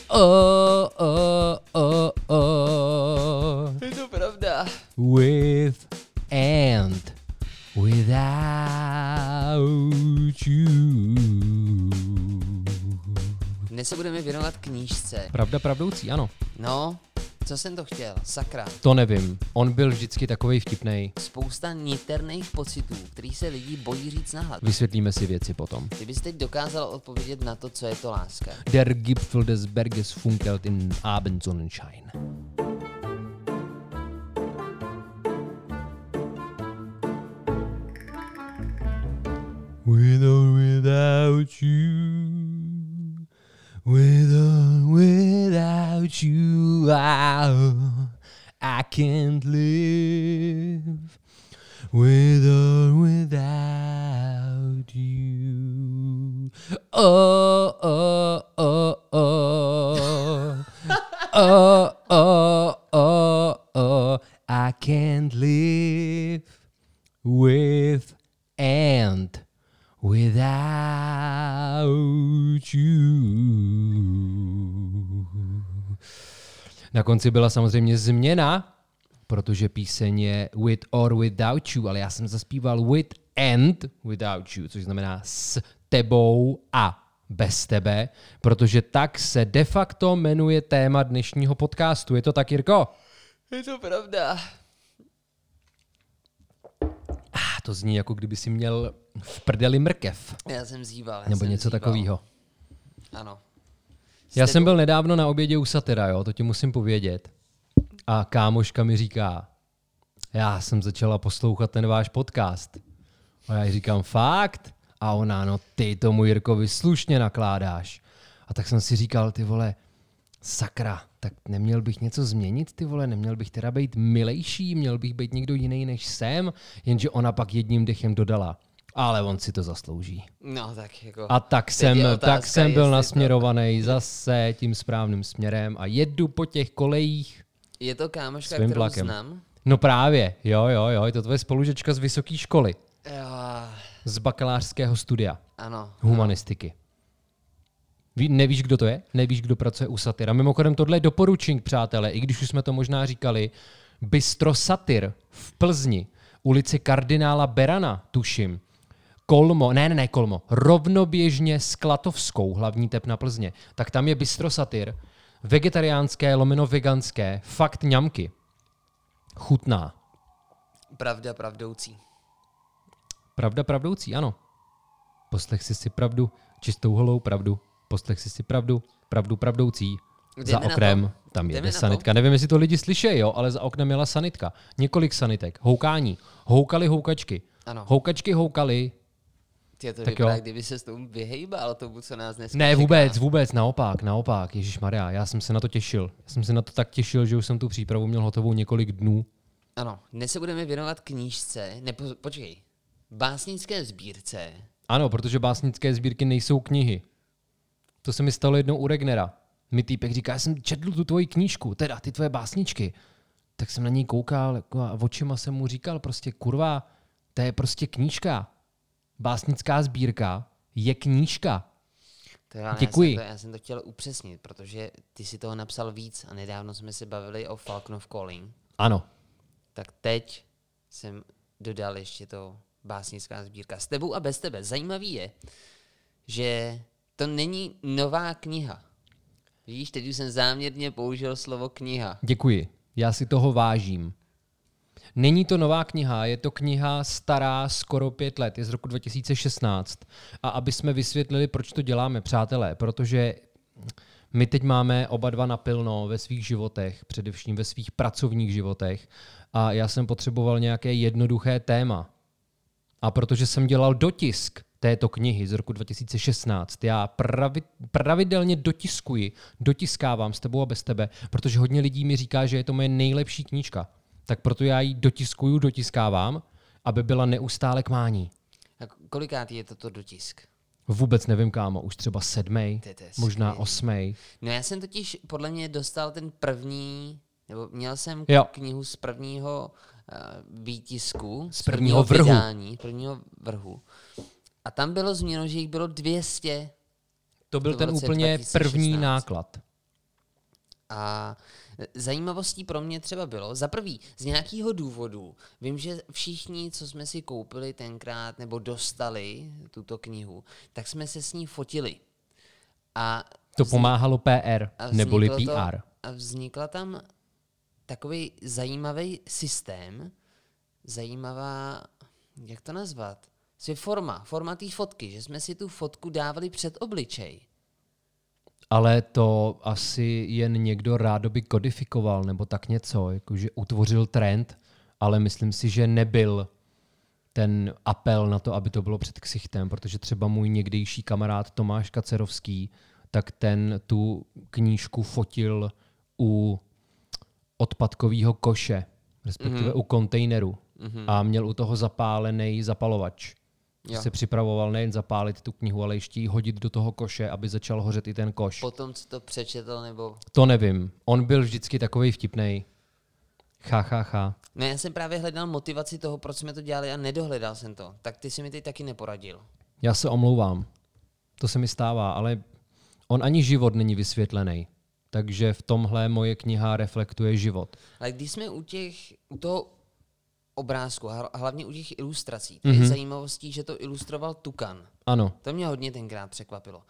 Je to pravda. With and without you. Dnes se budeme věnovat knížce. Pravda pravdoucí, ano. No, co jsem to chtěl? Sakra. To nevím. On byl vždycky takovej vtipnej. Spousta niterných pocitů, který se lidi bojí říct nahlas. Vysvětlíme si věci potom. Ty bys teď dokázal odpovědět na to, co je to láska. Der Gipfel des Berges funkelt in Abendsonnenschein. With or without you, with or without you, I can't live. With or without you. Oh, oh, oh, oh. Oh, oh, oh, oh. I can't live with and without you. Na konci byla samozřejmě změna, protože píseň je with or without you, ale já jsem zaspíval with and without you, což znamená s tebou a bez tebe, protože tak se de facto jmenuje téma dnešního podcastu. Je to tak, Jirko? Je to pravda. To zní, jako kdyby si měl v prdeli mrkev. Já jsem zíval. Nebo něco takového. Ano. Já jsem byl nedávno na obědě u Satyra, jo, to ti musím povědět. A kámoška mi říká, já jsem začala poslouchat ten váš podcast. A já jí říkám, fakt? A ona, no ty tomu Jirkovi slušně nakládáš. A tak jsem si říkal, ty vole, sakra, tak neměl bych něco změnit, ty vole, neměl bych teda být milejší, měl bych být někdo jiný než jsem, jenže ona pak jedním dechem dodala. Ale on si to zaslouží. No, tak jako... A tak jsem byl nasměrovaný zase tím správným směrem a jedu po těch kolejích. Je to kámoška, kterou vlakem znám? No právě, jo, je to tvoje spolužečka z vysoké školy. Jo. Z bakalářského studia. Ano. Humanistiky. Nevíš, kdo to je? Nevíš, kdo pracuje u Satyra? Mimochodem, tohle je doporučení, přátelé, i když už jsme to možná říkali. Bistro Satyr v Plzni, ulici kardinála Berana, tuším. Kolmo, rovnoběžně s Klatovskou, hlavní tep na Plzně. Tak tam je Bistro Satyr, vegetariánské, veganské, fakt ňamky. Chutná. Pravda pravdoucí. Pravda pravdoucí, ano. Poslech si pravdu, čistou holou pravdu. Poslech si pravdu, pravdu pravdoucí. Za oknem tam jede sanitka. Nevím, jestli to lidi slyšejí, jo, ale za oknem jela sanitka. Několik sanitek. Houkání. Houkali houkačky. Ano. Houkačky houkaly. Tě to vypadá, kdyby se s tomu vyhejbal tomu, co nás dneska Ne, vůbec, naopak. Ježišmarja, já jsem se na to těšil. Já jsem se na to tak těšil, že už jsem tu přípravu měl hotovou několik dnů. Ano, dnes se budeme věnovat knížce, počkej, básnické sbírce. Ano, protože básnické sbírky nejsou knihy. To se mi stalo jednou u Regnera. Mi týpek říká, já jsem četl tu tvoji knížku, teda ty tvoje básničky. Tak jsem na ní koukal jako, a očima jsem mu říkal prostě, kurva, to je prostě knížka. Básnická sbírka je knížka. Děkuji. Já jsem to chtěl upřesnit, protože ty si toho napsal víc a nedávno jsme se bavili o Falconov Calling. Ano. Tak teď jsem dodal ještě to básnická sbírka. S tebou a bez tebe. Zajímavý je, že to není nová kniha. Víš, teď už jsem záměrně použil slovo kniha. Děkuji. Já si toho vážím. Není to nová kniha, je to kniha stará skoro 5 let, je z roku 2016. A aby jsme vysvětlili, proč to děláme, přátelé, protože my teď máme oba dva napilno ve svých životech, především ve svých pracovních životech. A já jsem potřeboval nějaké jednoduché téma. A protože jsem dělal dotisk této knihy z roku 2016, já pravidelně dotiskávám s tebou a bez tebe, protože hodně lidí mi říká, že je to moje nejlepší knížka. Tak proto já ji dotiskávám, aby byla neustále k mání. A kolikátý je toto dotisk? Vůbec nevím, kámo, už třeba 7, možná 8. No já jsem totiž podle mě dostal ten první, nebo měl jsem knihu z prvního výtisku, z prvního vrhu. Vydání, prvního vrhu. A tam bylo změno, že jich bylo 200. To byl ten úplně 2016. první náklad. A zajímavostí pro mě třeba bylo, za prvý, z nějakého důvodu, vím, že všichni, co jsme si koupili tenkrát nebo dostali tuto knihu, tak jsme se s ní fotili. A To pomáhalo PR, neboli PR. A vznikla tam takový zajímavý systém, zajímavá, jak to nazvat? Forma té fotky, že jsme si tu fotku dávali před obličej. Ale to asi jen někdo rádoby kodifikoval, nebo tak něco, jakože utvořil trend, ale myslím si, že nebyl ten apel na to, aby to bylo před ksichtem, protože třeba můj někdejší kamarád Tomáš Kacerovský, tak ten tu knížku fotil u odpadkového koše, respektive u kontejneru a měl u toho zapálený zapalovač. Se připravoval nejen zapálit tu knihu, ale ještě ji hodit do toho koše, aby začal hořet i ten koš. Potom, co to přečetl, nebo... To nevím. On byl vždycky takovej vtipnej. Cha. No já jsem právě hledal motivaci toho, proč jsme to dělali a nedohledal jsem to. Tak ty si mi teď taky neporadil. Já se omlouvám. To se mi stává, ale on ani život není vysvětlený. Takže v tomhle moje kniha reflektuje život. Ale když jsme u toho obrázku, a hlavně u těch ilustrací, to je zajímavostí, že to ilustroval Tukan. Ano. To mě hodně tenkrát překvapilo.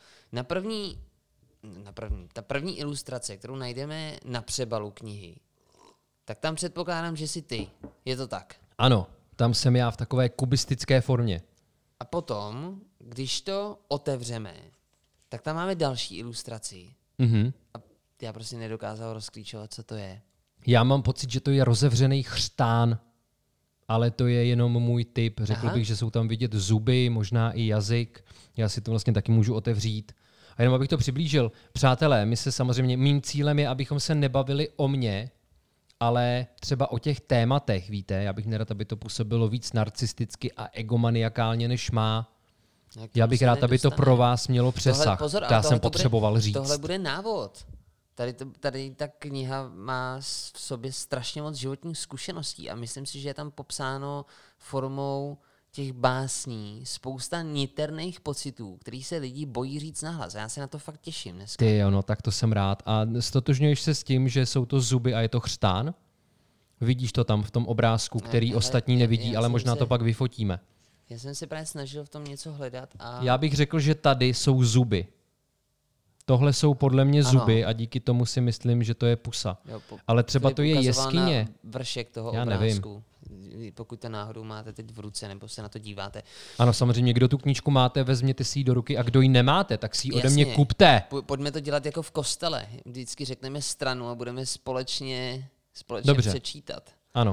Ta první ilustrace, kterou najdeme na přebalu knihy, tak tam předpokládám, že jsi ty. Je to tak? Ano, tam jsem já v takové kubistické formě. A potom, když to otevřeme, tak tam máme další ilustraci. A já prostě nedokázal rozklíčovat, co to je. Já mám pocit, že to je rozevřený chřtán, ale to je jenom můj tip. Řekl bych, že jsou tam vidět zuby, možná i jazyk. Já si to vlastně taky můžu otevřít. A jenom abych to přiblížil. Přátelé, mým cílem je, abychom se nebavili o mně, ale třeba o těch tématech, víte. Já bych nerad, aby to působilo víc narcisticky a egomaniakálně, než má. Já bych rád, aby to pro vás mělo přesah. Pozor, já jsem potřeboval říct. Tohle bude návod. Tady ta kniha má v sobě strašně moc životních zkušeností a myslím si, že je tam popsáno formou těch básní spousta niterných pocitů, který se lidi bojí říct nahlas. A já se na to fakt těším dneska. Ty jo, no tak to jsem rád. A stotožňuješ se s tím, že jsou to zuby a je to chřtán? Vidíš to tam v tom obrázku, který ostatní nevidí, ale možná to pak vyfotíme. Já jsem se právě snažil v tom něco hledat. A... Já bych řekl, že tady jsou zuby. Tohle jsou podle mě zuby a díky tomu si myslím, že to je pusa. Jo, ale třeba to je jeskyně. Vršek toho já obrázku. Nevím. Pokud to náhodou máte teď v ruce, nebo se na to díváte. Ano, samozřejmě, kdo tu knížku máte, vezměte si ji do ruky a kdo ji nemáte, tak si ji ode mě kupte. Pojďme to dělat jako v kostele. Vždycky řekneme stranu a budeme společně přečítat. Ano.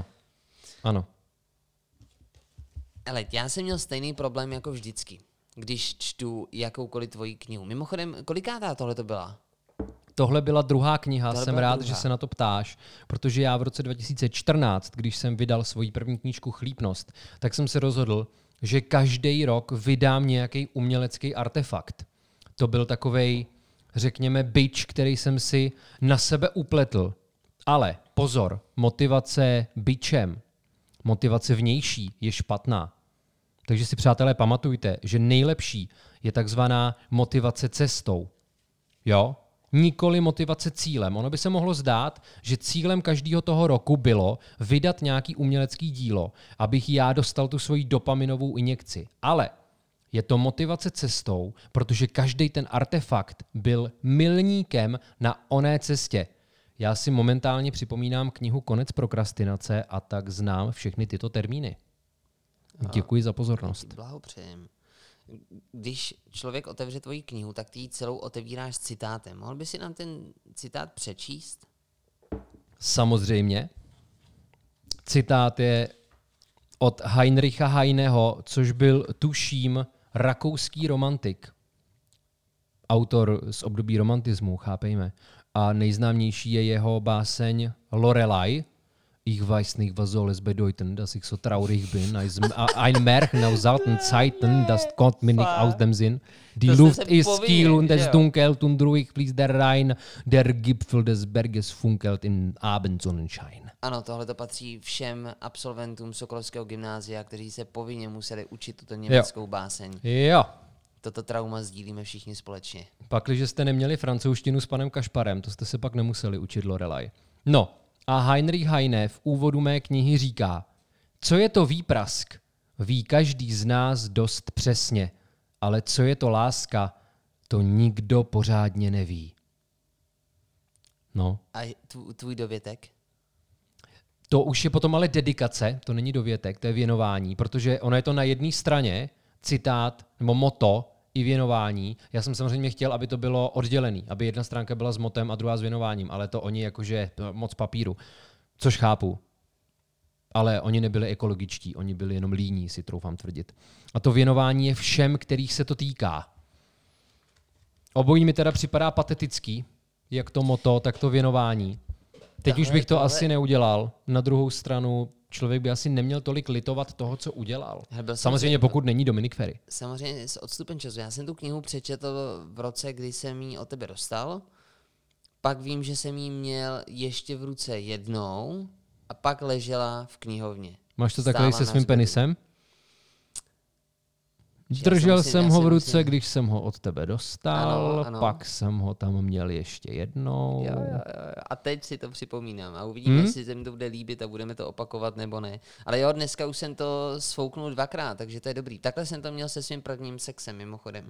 Ale já jsem měl stejný problém jako vždycky, když čtu jakoukoliv tvoji knihu. Mimochodem, kolikátá tohle to byla? Tohle byla druhá kniha, jsem rád, že se na to ptáš, protože já v roce 2014, když jsem vydal svoji první knížku Chlípnost, tak jsem se rozhodl, že každý rok vydám nějaký umělecký artefakt. To byl takovej, řekněme, bič, který jsem si na sebe upletl. Ale pozor, motivace bičem, motivace vnější je špatná. Takže si, přátelé, pamatujte, že nejlepší je takzvaná motivace cestou. Jo? Nikoli motivace cílem. Ono by se mohlo zdát, že cílem každého toho roku bylo vydat nějaký umělecký dílo, abych já dostal tu svoji dopaminovou injekci. Ale je to motivace cestou, protože každý ten artefakt byl milníkem na oné cestě. Já si momentálně připomínám knihu Konec prokrastinace a tak znám všechny tyto termíny. Děkuji za pozornost. Blahopřejem. Když člověk otevře tvoji knihu, tak ty ji celou otevíráš citátem. Mohl by si nám ten citát přečíst? Samozřejmě. Citát je od Heinricha Heineho, což byl, tuším, rakouský romantik. Autor z období romantismu, chápejme. A nejznámější je jeho báseň Lorelei. Ich weiß nicht, was soll es bedeuten, dass ich so traurig bin. Ein Märchen aus alten Zeiten, das kommt mir nicht aus dem Sinn. Die Luft ist still und es dunkelt und ruhig fließt der Rhein. Der Gipfel des Berges funkelt im Abendsonnenschein. Ano, tohle to patří všem absolventům Sokolovského gymnázia, kteří se povinně museli učit tuto německou báseň. Jo. toto trauma sdílíme všichni společně. Pakliže jste neměli francouzštinu s panem Kašparem, to jste se pak nemuseli učit, Lorelai. No a Heinrich Heine v úvodu mé knihy říká, co je to výprask, ví každý z nás dost přesně, ale co je to láska, to nikdo pořádně neví. No. A tvůj dovětek? To už je potom ale dedikace, to není dovětek, to je věnování, protože ono je to na jedné straně, citát nebo motto i věnování. Já jsem samozřejmě chtěl, aby to bylo oddělený, aby jedna stránka byla s motem a druhá s věnováním, ale to oni jakože moc papíru, což chápu. Ale oni nebyli ekologičtí, oni byli jenom líní, si troufám tvrdit. A to věnování je všem, kterých se to týká. Obojí mi teda připadá patetický, jak to motto, tak to věnování. Teď už bych to asi neudělal. Na druhou stranu člověk by asi neměl tolik litovat toho, co udělal. Samozřejmě pokud není Dominik Ferry. Samozřejmě s odstupem času. Já jsem tu knihu přečetl v roce, kdy jsem ji od tebe dostal. Pak vím, že jsem ji měl ještě v ruce jednou a pak ležela v knihovně. Máš to takhle se svým penisem? Držel jsem ho v ruce, když jsem ho od tebe dostal, ano. Pak jsem ho tam měl ještě jednou. Jo. A teď si to připomínám a uvidíme, jestli se mi to bude líbit a budeme to opakovat nebo ne. Ale jo, dneska už jsem to sfouknul 2krát, takže to je dobrý. Takhle jsem to měl se svým prvním sexem, mimochodem.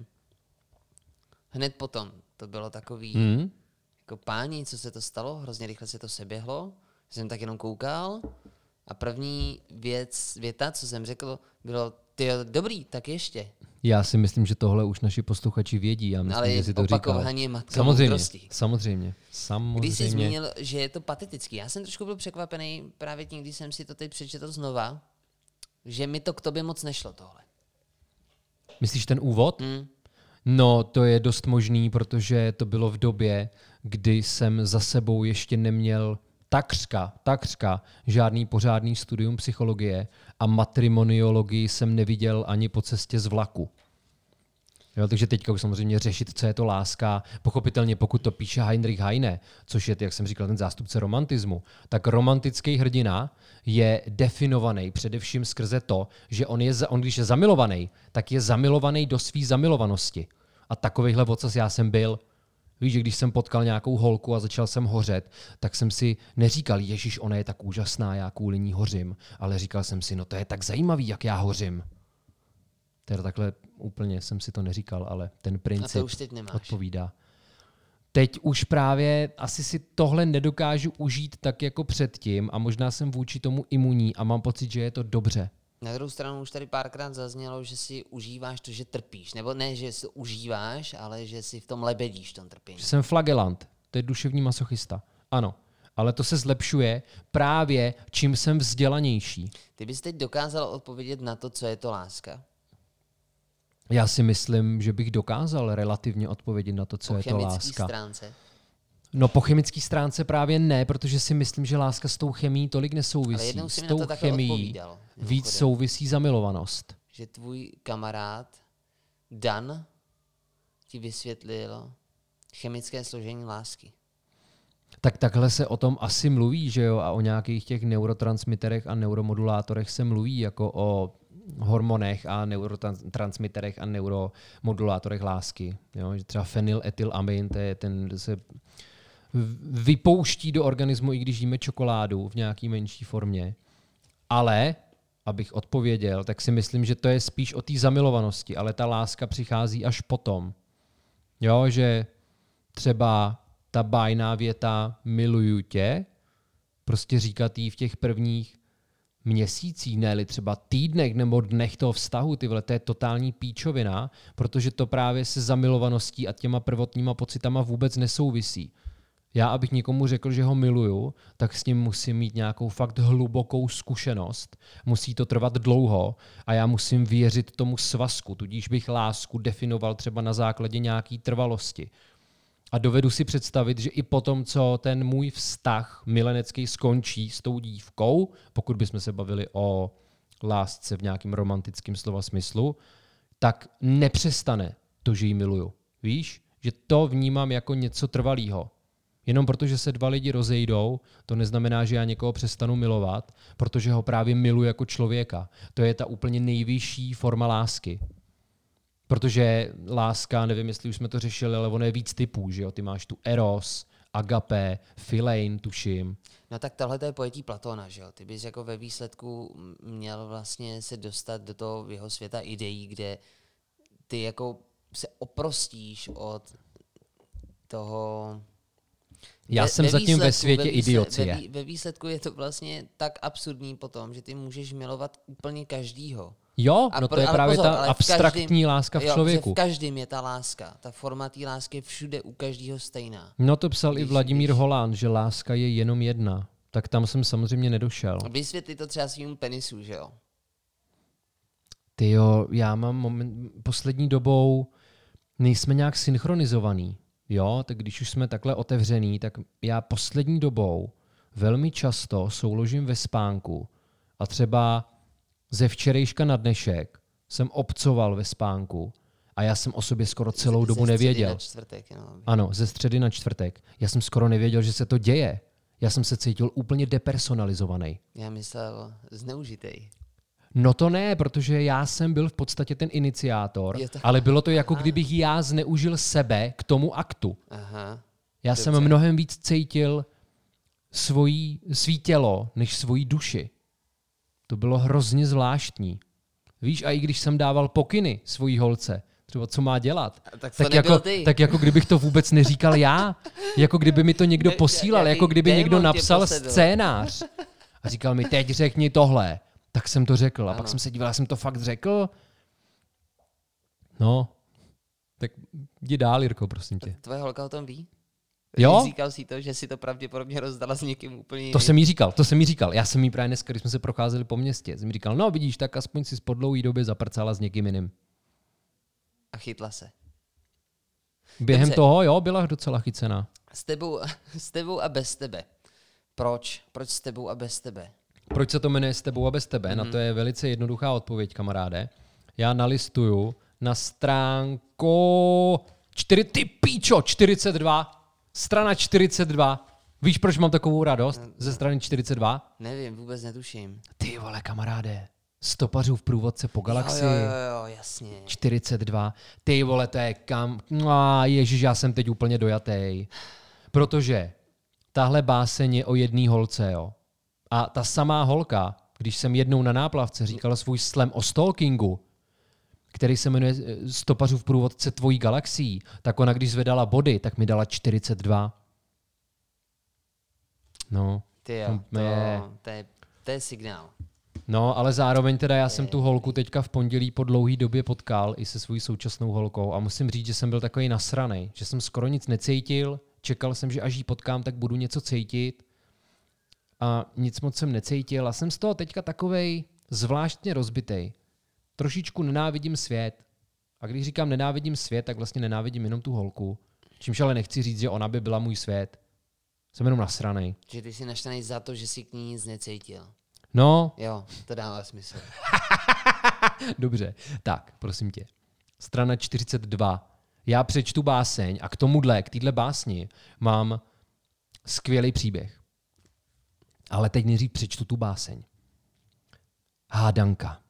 Hned potom. To bylo takový, jako páni, co se to stalo, hrozně rychle se to seběhlo. Jsem tak jenom koukal a první věta, co jsem řekl, bylo ty dobrý, tak ještě. Já si myslím, že tohle už naši posluchači vědí. Já myslím, ale že si to říkal. Opakování je matka moudrosti. Samozřejmě. Když jsi zmínil, že je to patetický, já jsem trošku byl překvapený právě tím, když jsem si to teď přečetl znova, že mi to k tobě moc nešlo tohle. Myslíš ten úvod? No, to je dost možný, protože to bylo v době, kdy jsem za sebou ještě neměl takřka žádný pořádný studium psychologie a matrimoniologii jsem neviděl ani po cestě z vlaku. Jo, takže teďka už samozřejmě řešit, co je to láska. Pochopitelně, pokud to píše Heinrich Heine, což je, jak jsem říkal, ten zástupce romantismu, tak romantický hrdina je definovaný především skrze to, že on když je zamilovaný, tak je zamilovaný do své zamilovanosti. A takovejhle vocas já jsem byl. Víš, že když jsem potkal nějakou holku a začal jsem hořet, tak jsem si neříkal, ježiš, ona je tak úžasná, já kvůli ní hořím, ale říkal jsem si, no to je tak zajímavý, jak já hořím. Teda takhle úplně jsem si to neříkal, ale ten princip odpovídá. Teď už právě asi si tohle nedokážu užít tak jako předtím a možná jsem vůči tomu imunní a mám pocit, že je to dobře. Na druhou stranu už tady párkrát zaznělo, že si užíváš to, že trpíš. Nebo ne, že si užíváš, ale že si v tom lebedíš, v tom trpění. Že jsem flagelant, to je duševní masochista. Ano, ale to se zlepšuje právě, čím jsem vzdělanější. Ty bys teď dokázal odpovědět na to, co je to láska? Já si myslím, že bych dokázal relativně odpovědět na to, co je to láska. Po chemické stránce? No po chemické stránce právě ne, protože si myslím, že láska s tou chemií tolik nesouvisí. Ale jednou si s mi tou na to takhle odpovídal. Víc souvisí zamilovanost. Že tvůj kamarád Dan ti vysvětlil chemické složení lásky. Tak takhle se o tom asi mluví, že jo? A o nějakých těch neurotransmiterech a neuromodulátorech se mluví jako o hormonech a neurotransmiterech a neuromodulátorech lásky. Jo? Že třeba fenyletylamin, to je ten se vypouští do organismu, i když jíme čokoládu v nějaký menší formě. Ale, abych odpověděl, tak si myslím, že to je spíš o té zamilovanosti, ale ta láska přichází až potom. Jo, že třeba ta bájná věta miluju tě, prostě říkat jí v těch prvních měsících, ne-li třeba týdnech nebo dnech toho vztahu, to je totální píčovina, protože to právě se zamilovaností a těma prvotníma pocitama vůbec nesouvisí. Já, abych někomu řekl, že ho miluju, tak s ním musím mít nějakou fakt hlubokou zkušenost. Musí to trvat dlouho a já musím věřit tomu svazku, tudíž bych lásku definoval třeba na základě nějaký trvalosti. A dovedu si představit, že i potom, co ten můj vztah milenecký skončí s tou dívkou, pokud bychom se bavili o lásce v nějakém romantickém slova smyslu, tak nepřestane to, že ji miluju. Víš? Že to vnímám jako něco trvalého. Jenom protože se dva lidi rozejdou, to neznamená, že já někoho přestanu milovat, protože ho právě miluji jako člověka. To je ta úplně nejvyšší forma lásky. Protože láska, nevím, jestli už jsme to řešili, ale ono je víc typů, že jo? Ty máš tu eros, agape, philein, tuším. No tak tohle to je pojetí Platona, že jo? Ty bys jako ve výsledku měl vlastně se dostat do toho jeho světa ideí, kde ty jako se oprostíš od toho... Já jsem zatím ve světě idiocie. Ve výsledku je to vlastně tak absurdní potom, že ty můžeš milovat úplně každýho. Jo, no to je právě pozor, ta abstraktní láska v člověku. V každém je ta láska. Ta forma té lásky je všude u každého stejná. No to psal i Vladimír Holán, že láska je jenom jedna. Tak tam jsem samozřejmě nedošel. Vysvětli to třeba svým penisu, že jo? Tyjo, já mám poslední dobou nejsme nějak synchronizovaný. Jo, tak když už jsme takhle otevřený, tak já poslední dobou velmi často souložím ve spánku a třeba ze včerejška na dnešek jsem obcoval ve spánku a já jsem o sobě skoro celou dobu nevěděl. Na čtvrtek, no. Ano, ze středy na čtvrtek. Já jsem skoro nevěděl, že se to děje. Já jsem se cítil úplně depersonalizovaný. Já myslel zneužitej. No to ne, protože já jsem byl v podstatě ten iniciátor, ale bylo to jako kdybych já zneužil sebe k tomu aktu. Aha. Já jsem mnohem víc cítil svý tělo, než svoji duši. To bylo hrozně zvláštní. Víš, a i když jsem dával pokyny svojí holce, třeba co má dělat, tak jako kdybych to vůbec neříkal já, jako kdyby mi to někdo posílal, jako kdyby někdo napsal scénář a říkal mi, teď řekni tohle. Tak jsem to řekl. A pak jsem se díval, já jsem to fakt řekl. No, tak jdi dál, Jirko, prosím tě. Tvoje holka o tom ví? Jo? Říkal si to, že si to pravděpodobně rozdala s někým úplně jiným. To jsem jí říkal. Já jsem jí právě dneska, když jsme se procházeli po městě, jsem jí říkal, no vidíš, tak aspoň si po dlouhý době zaprcala s někým jiným. A chytla se. Během toho, jo, byla docela chycená. S tebou a bez tebe. Proč? Proč s tebou a bez tebe? Proč se to jmenuje S tebou a bez tebe? Na to je velice jednoduchá odpověď, kamaráde. Já nalistuju na stránku 42. Strana 42. Víš, proč mám takovou radost ze strany 42? Nevím, vůbec netuším. Ty vole, kamaráde. Stopařů v průvodce po galaxii. Jo, jasně. 42. Ty vole, to je kam... Ježiš, já jsem teď úplně dojatej. Protože tahle báseň je o jedné holce, jo. A ta samá holka, když jsem jednou na náplavce říkala svůj slam o stalkingu, který se jmenuje Stopařů v průvodce tvojí galaxií, tak ona, když zvedala body, tak mi dala 42. No. Tyjo, to je signál. No, ale zároveň teda já jsem tu holku teďka v pondělí po dlouhý době potkal i se svojí současnou holkou a musím říct, že jsem byl takový nasranej, že jsem skoro nic necítil, čekal jsem, že až ji potkám, tak budu něco cítit a nic moc jsem necítil a jsem z toho teďka takovej zvláštně rozbitej. Trošičku nenávidím svět a když říkám nenávidím svět, tak vlastně nenávidím jenom tu holku, čímž ale nechci říct, že ona by byla můj svět. Jsem jenom nasranej. Že ty jsi naštvaný za to, že jsi k ní nic necítil. No. Jo, to dává smysl. Dobře, tak, prosím tě. Strana 42. Já přečtu báseň a k téhle básni mám skvělý příběh. Ale teď nejdřív přečtu tu báseň. Hádanka.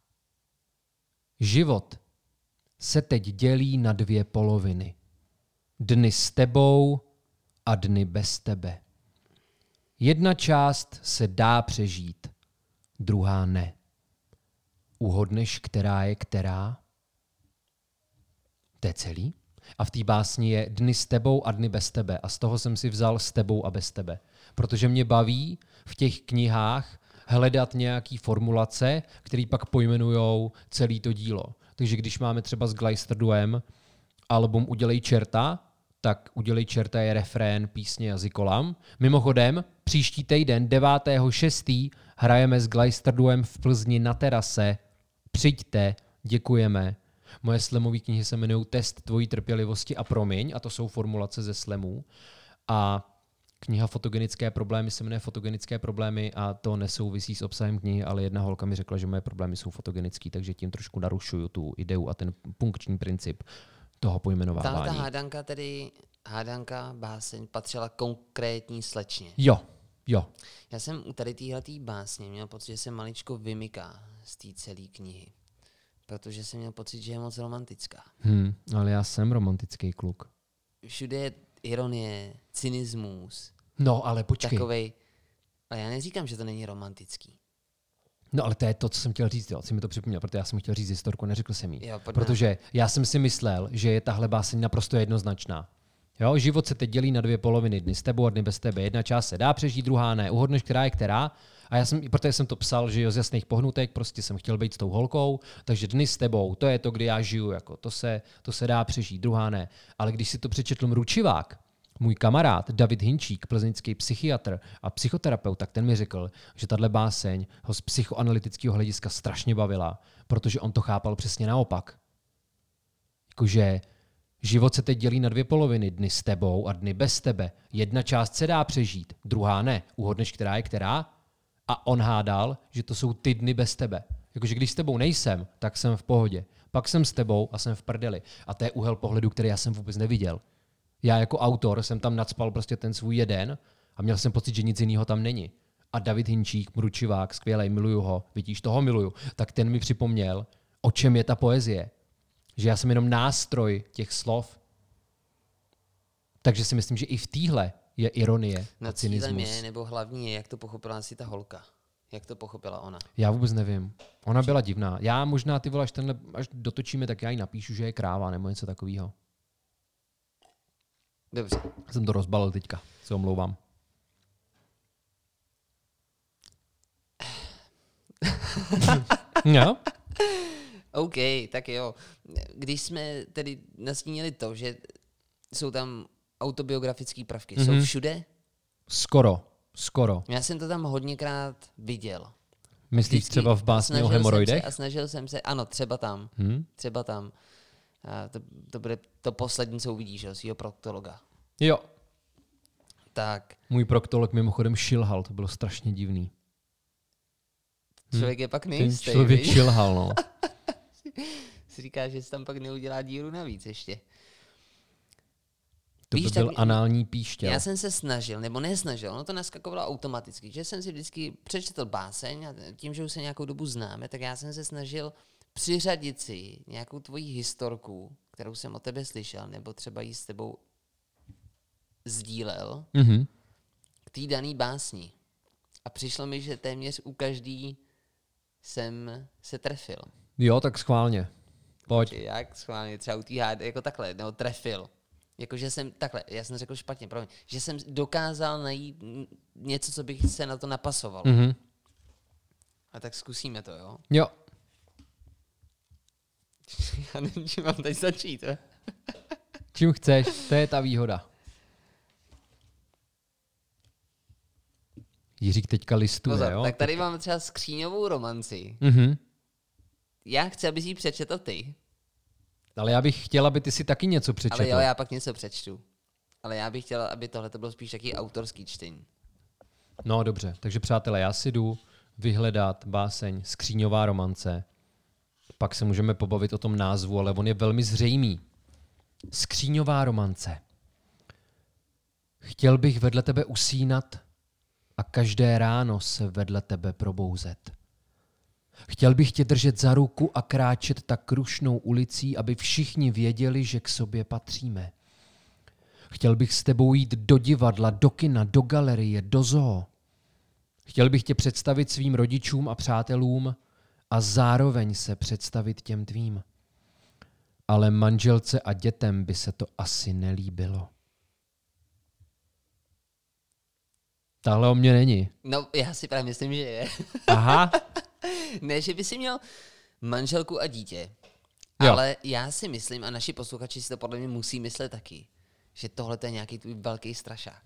Život se teď dělí na dvě poloviny. Dny s tebou a dny bez tebe. Jedna část se dá přežít, druhá ne. Uhodneš, která je která? To je celý. A v té básni je dny s tebou a dny bez tebe. A z toho jsem si vzal s tebou a bez tebe. Protože mě baví v těch knihách hledat nějaký formulace, které pak pojmenujou celé to dílo. Takže když máme třeba s Gleisterduem album Udělej čerta, tak Udělej čerta je refrén písně Jazykolam. Mimochodem, příští týden 9.6. hrajeme s Gleisterduem v Plzni na terase. Přijďte, děkujeme. Moje slamové knihy se jmenují Test tvojí trpělivosti a promiň, a to jsou formulace ze slamů. A kniha Fotogenické problémy se jmenuje Fotogenické problémy a to nesouvisí s obsahem knihy, ale jedna holka mi řekla, že moje problémy jsou fotogenické, takže tím trošku narušuju tu ideu a ten funkční princip toho pojmenovávání. Ta hádanka tedy, báseň patřila konkrétní slečně. Jo. Já jsem u tady téhletý básně měl pocit, že se maličko vymyká z té celé knihy. protože jsem měl pocit, že je moc romantická. Ale já jsem romantický kluk. Všude je ironie, cynismus, No, ale počkej. takovej. A já neříkám, že to není romantický. No, ale to je to, co jsem chtěl říct, jo. Jsi mi to připomněl, protože já jsem chtěl říct historku, neřekl jsem ji. Jo, Protože já jsem si myslel, že je tahle báseň naprosto jednoznačná. Jo, život se teď dělí na 2 poloviny, dny s tebou a dny bez tebe. Jedna část se dá přežít, druhá ne. Uhodneš, která je která. A protože jsem to psal, že jo, z jasných pohnutek, prostě jsem chtěl být s tou holkou, takže dny s tebou, to je to, kdy já žiju, jako to se dá přežít, druhá ne. Ale když si to přečetl Mručivák, můj kamarád David Hinčík, plzeňský psychiatr a psychoterapeut, tak ten mi řekl, že tahle báseň ho z psychoanalytického hlediska strašně bavila, protože on to chápal přesně naopak. Jakože život se teď dělí na 2 poloviny, dny s tebou a dny bez tebe. Jedna část se dá přežít, druhá ne. Uhodneš, která je která? A on hádal, že to jsou ty dny bez tebe. Jakože když s tebou nejsem, tak jsem v pohodě. Pak jsem s tebou a jsem v prdeli. A to je úhel pohledu, který já jsem vůbec neviděl. Já jako autor jsem tam nacpal prostě ten svůj jeden a měl jsem pocit, že nic jiného tam není. A David Hinčík, Mručivák, skvělej, miluju ho, vidíš, toho miluju, tak ten mi připomněl, o čem je ta poezie. Že já jsem jenom nástroj těch slov. Takže si myslím, že i v téhle je ironie a cynismus. Cílem je, nebo hlavní je, jak to pochopila asi ta holka. Jak to pochopila ona. Já vůbec nevím. Ona byla divná. Já možná, ty vole, až dotočíme, tak já jí napíšu, že je kráva nebo něco takového. Dobře. Jsem to rozbalil teďka, se omlouvám. Jo? OK, tak jo. Když jsme tedy nastínili to, že jsou tam autobiografické prvky, jsou všude? Skoro. Já jsem to tam hodněkrát viděl. Myslíš Vždycky třeba v básni o hemoroidech? A snažil jsem se, ano, třeba tam. Třeba tam. A to bude to poslední, co uvidíš, svýho proktologa. Jo. Tak. Můj proktolog mimochodem šilhal, to bylo strašně divný. Člověk je pak nejistý. Ten člověk šilhal, no. Si říká, že si tam pak neudělá díru navíc ještě. To by byl anální píšťal. Já jsem se snažil, nebo nesnažil, no to naskakovalo automaticky, že jsem si vždycky přečetl báseň a tím, že už se nějakou dobu známe, tak já jsem se snažil přiřadit si nějakou tvoji historku, kterou jsem o tebe slyšel, nebo třeba ji s tebou sdílel k té dané básni. A přišlo mi, že téměř u každý jsem se trefil. Jo, tak schválně. Pojď. Jak schválně, třeba u té hády, jako takhle, nebo trefil. Jakože jsem, takhle, já jsem řekl špatně, promiň, že jsem dokázal najít něco, co bych se na to napasoval. A tak zkusíme to, jo? Jo. Já nevím, čím mám teď začít. Čím chceš, to je ta výhoda. Jiřík teďka listuje, Pozor, jo? Tak tady mám třeba skříňovou romanci. Já chci, abys ji přečetl ty. Ale já bych chtěl, aby ty si taky něco přečetl. Ale jo, já pak něco přečtu. Ale já bych chtěl, aby tohle to bylo spíš taky autorský čtení. No dobře, takže přátelé, já si jdu vyhledat báseň Skříňová romance. Pak se můžeme pobavit o tom názvu, ale on je velmi zřejmý. Skříňová romance. Chtěl bych vedle tebe usínat a každé ráno se vedle tebe probouzet. Chtěl bych tě držet za ruku a kráčet tak rušnou ulicí, aby všichni věděli, že k sobě patříme. Chtěl bych s tebou jít do divadla, do kina, do galerie, do zoo. Chtěl bych tě představit svým rodičům a přátelům a zároveň se představit těm tvým. Ale manželce a dětem by se to asi nelíbilo. Tahle o mě není. No, já si právě myslím, že je. Aha. Ne, že by si měl manželku a dítě. Jo. Ale já si myslím, a naši posluchači si to podle mě musí myslet taky, že tohle je nějaký tvůj velký strašák.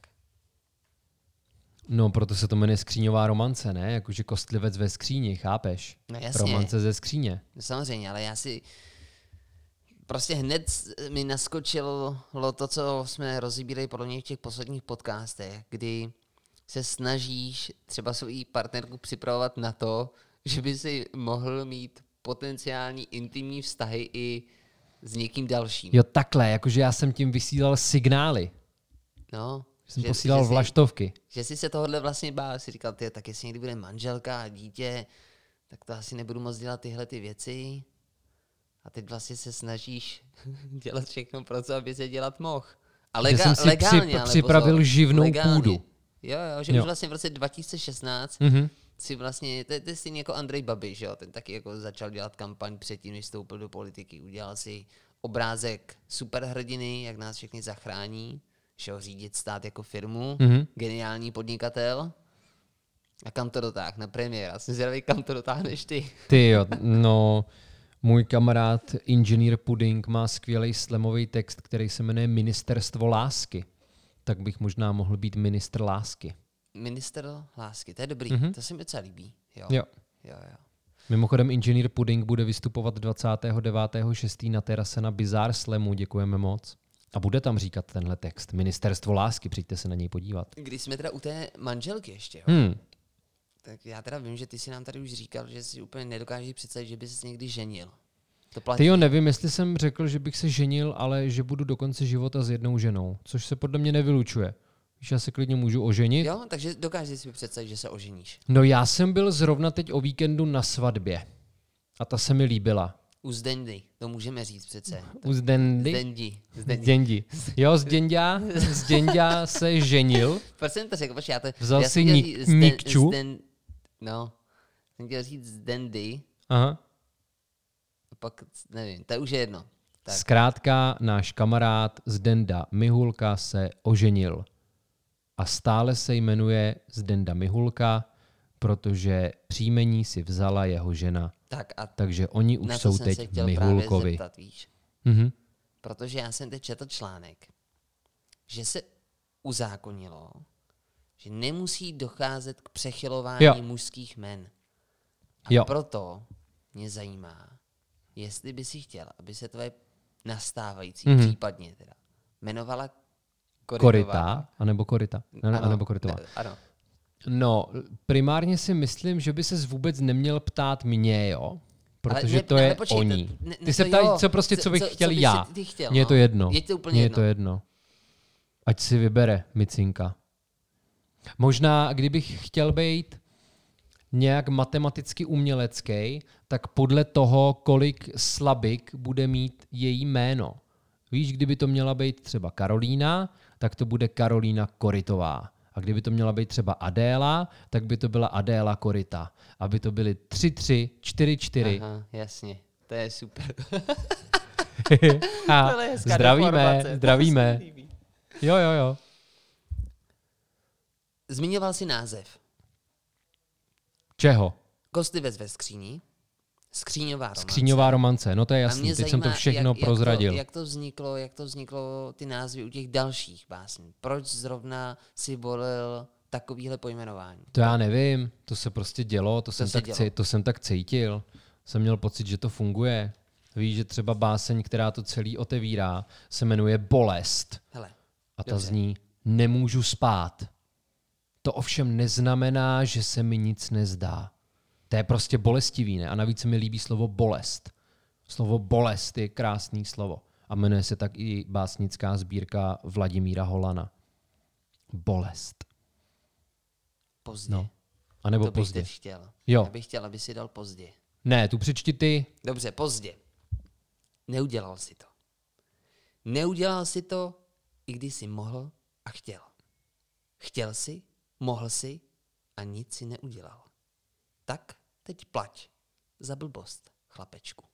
No, proto se to jmenuje Skříňová romance, ne? Jakože kostlivec ve skříni, chápeš? No jasně. Romance ze skříně. No, samozřejmě, ale já si prostě hned mi naskočilo to, co jsme rozbírali podle mě v těch posledních podcastech, kdy se snažíš třeba svou partnerku připravovat na to, že by si mohl mít potenciální intimní vztahy i s někým dalším. Jo, takhle, jakože já jsem tím vysílal signály. No. Jsem posílal vlaštovky. Že jsi se tohohle vlastně bál, si říkal, tak jestli někdy bude manželka a dítě, tak to asi nebudu moc dělat tyhle ty věci. A teď vlastně se snažíš dělat všechno pro to, aby se dělat mohl. A Že jsem si legálně, ale připravil pozor, živnou legálně. půdu. Jo, že už vlastně v roce 2016 si vlastně, to je stejně jako Andrej Babiš, jo, ten taky jako začal dělat kampaň předtím, než vstoupil do politiky. Udělal si obrázek superhrdiny, jak nás všechny zachrání, šel řídit stát jako firmu, geniální podnikatel. A kam to dotáh? Na premiéra. Jsem zvědavý, kam to dotáhneš ty. Ty jo, no, můj kamarád Inženýr Puding má skvělý slamový text, který se jmenuje Ministerstvo lásky. Tak bych možná mohl být ministr lásky. Minister lásky, to je dobrý, to se mi docela líbí. Jo. Mimochodem Inženýr Puding bude vystupovat 29.6. na terase na Bizarre Slamu, děkujeme moc. A bude tam říkat tenhle text. Ministerstvo lásky, přijďte se na něj podívat. Když jsme teda u té manželky ještě, jo? Tak já teda vím, že ty si nám tady už říkal, že si úplně nedokážeš představit, že by se někdy ženil. To platí. Ty jo, nevím, jestli jsem řekl, že bych se ženil, ale že budu do konce života s jednou ženou, což se podle mě nevylučuje. Víš, já se klidně můžu oženit. Jo, takže dokážeš si představit, že se oženíš. No já jsem byl zrovna teď o víkendu na svatbě. A ta se mi líbila. U Zdendy, to můžeme říct přece. U Zdendi? Zdendi. Jo, Zdendia se ženil. Proč jsem to řekl? Počkej, vzal si Nikču. No, jsem chtěl říct Zdendy. Aha. Pak, nevím, to už je jedno. Tak. Zkrátka náš kamarád Zdenda Mihulka se oženil. A stále se jmenuje Zdenda Mihulka, protože příjmení si vzala jeho žena. Tak a takže oni už jsou teď Mihulkovi. Zeptat, víš? Protože já jsem teď četl článek, že se uzákonilo, že nemusí docházet k přechylování mužských jmen. A proto mě zajímá, jestli by si chtěl, aby se tvoje nastávající, případně teda, jmenovala Korita, anebo Korita. Anebo Koritová. Ano. No, primárně si myslím, že by ses vůbec neměl ptát mě, jo? Protože to je oni. Ty se ptají, co bych chtěl já. Mně je to jedno. Mně je to jedno. Ať si vybere micinka. Možná, kdybych chtěl být nějak matematicky umělecký, tak podle toho, kolik slabik bude mít její jméno. Víš, kdyby to měla být třeba Karolína, tak to bude Karolína Koritová. A kdyby to měla být třeba Adéla, tak by to byla Adéla Korita. Aby to byly 3-3, 4-4. Aha, jasně. To je super. A zdravíme. Jo. Zmiňoval jsi název. Čeho? Kostlivec ve skříni. Skříňová romance. No to je jasný, teď jsem to všechno prozradil. Jak to vzniklo ty názvy u těch dalších básní? Proč zrovna si volil takovýhle pojmenování? To já nevím, to se prostě dělo, to jsem tak cítil. Jsem měl pocit, že to funguje. Víš, že třeba báseň, která to celý otevírá, se jmenuje Bolest. Hele, a ta zní Nemůžu spát. To ovšem neznamená, že se mi nic nezdá. To je prostě bolestivý, ne? A navíc se mi líbí slovo bolest. Slovo bolest je krásný slovo. A jmenuje se tak i básnická sbírka Vladimíra Holana. Bolest. Pozdě. No. A nebo to bych pozdě. teď chtěl. Jo. Já bych chtěl, aby si dal pozdě. Ne, tu přečti ty. Dobře, pozdě. Neudělal si to. Neudělal si to, i když jsi mohl a chtěl. Chtěl si, mohl si a nic si neudělal. Tak teď plať za blbost, chlapečku.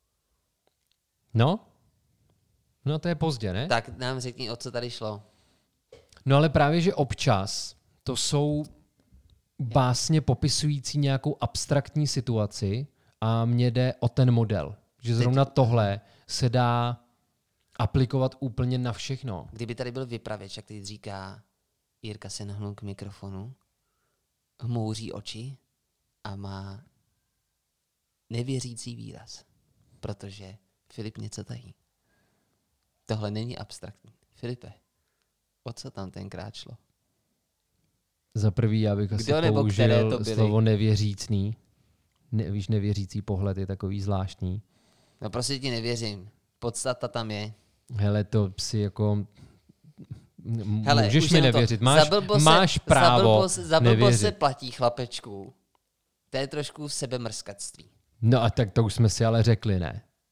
No to je pozdě, ne? Tak nám řekni, o co tady šlo. No ale právě, že občas to jsou básně popisující nějakou abstraktní situaci a mně jde o ten model. Že zrovna tohle se dá aplikovat úplně na všechno. Kdyby tady byl vypravěč, jak teď říká, Jirka se nahnul k mikrofonu, hmouří oči a má nevěřící výraz, protože Filip něco tají. Tohle není abstraktní. Filipe, o co tam tenkrát šlo? Za prvý já bych asi použil slovo nevěřícný. Víš, nevěřící pohled je takový zvláštní. No prostě ti nevěřím. Podstata tam je. Hele, to si jako... můžeš mi nevěřit. Máš právo za blbost se platí, chlapečku. To je trošku sebemrskactví. No a tak to už jsme si ale řekli, ne?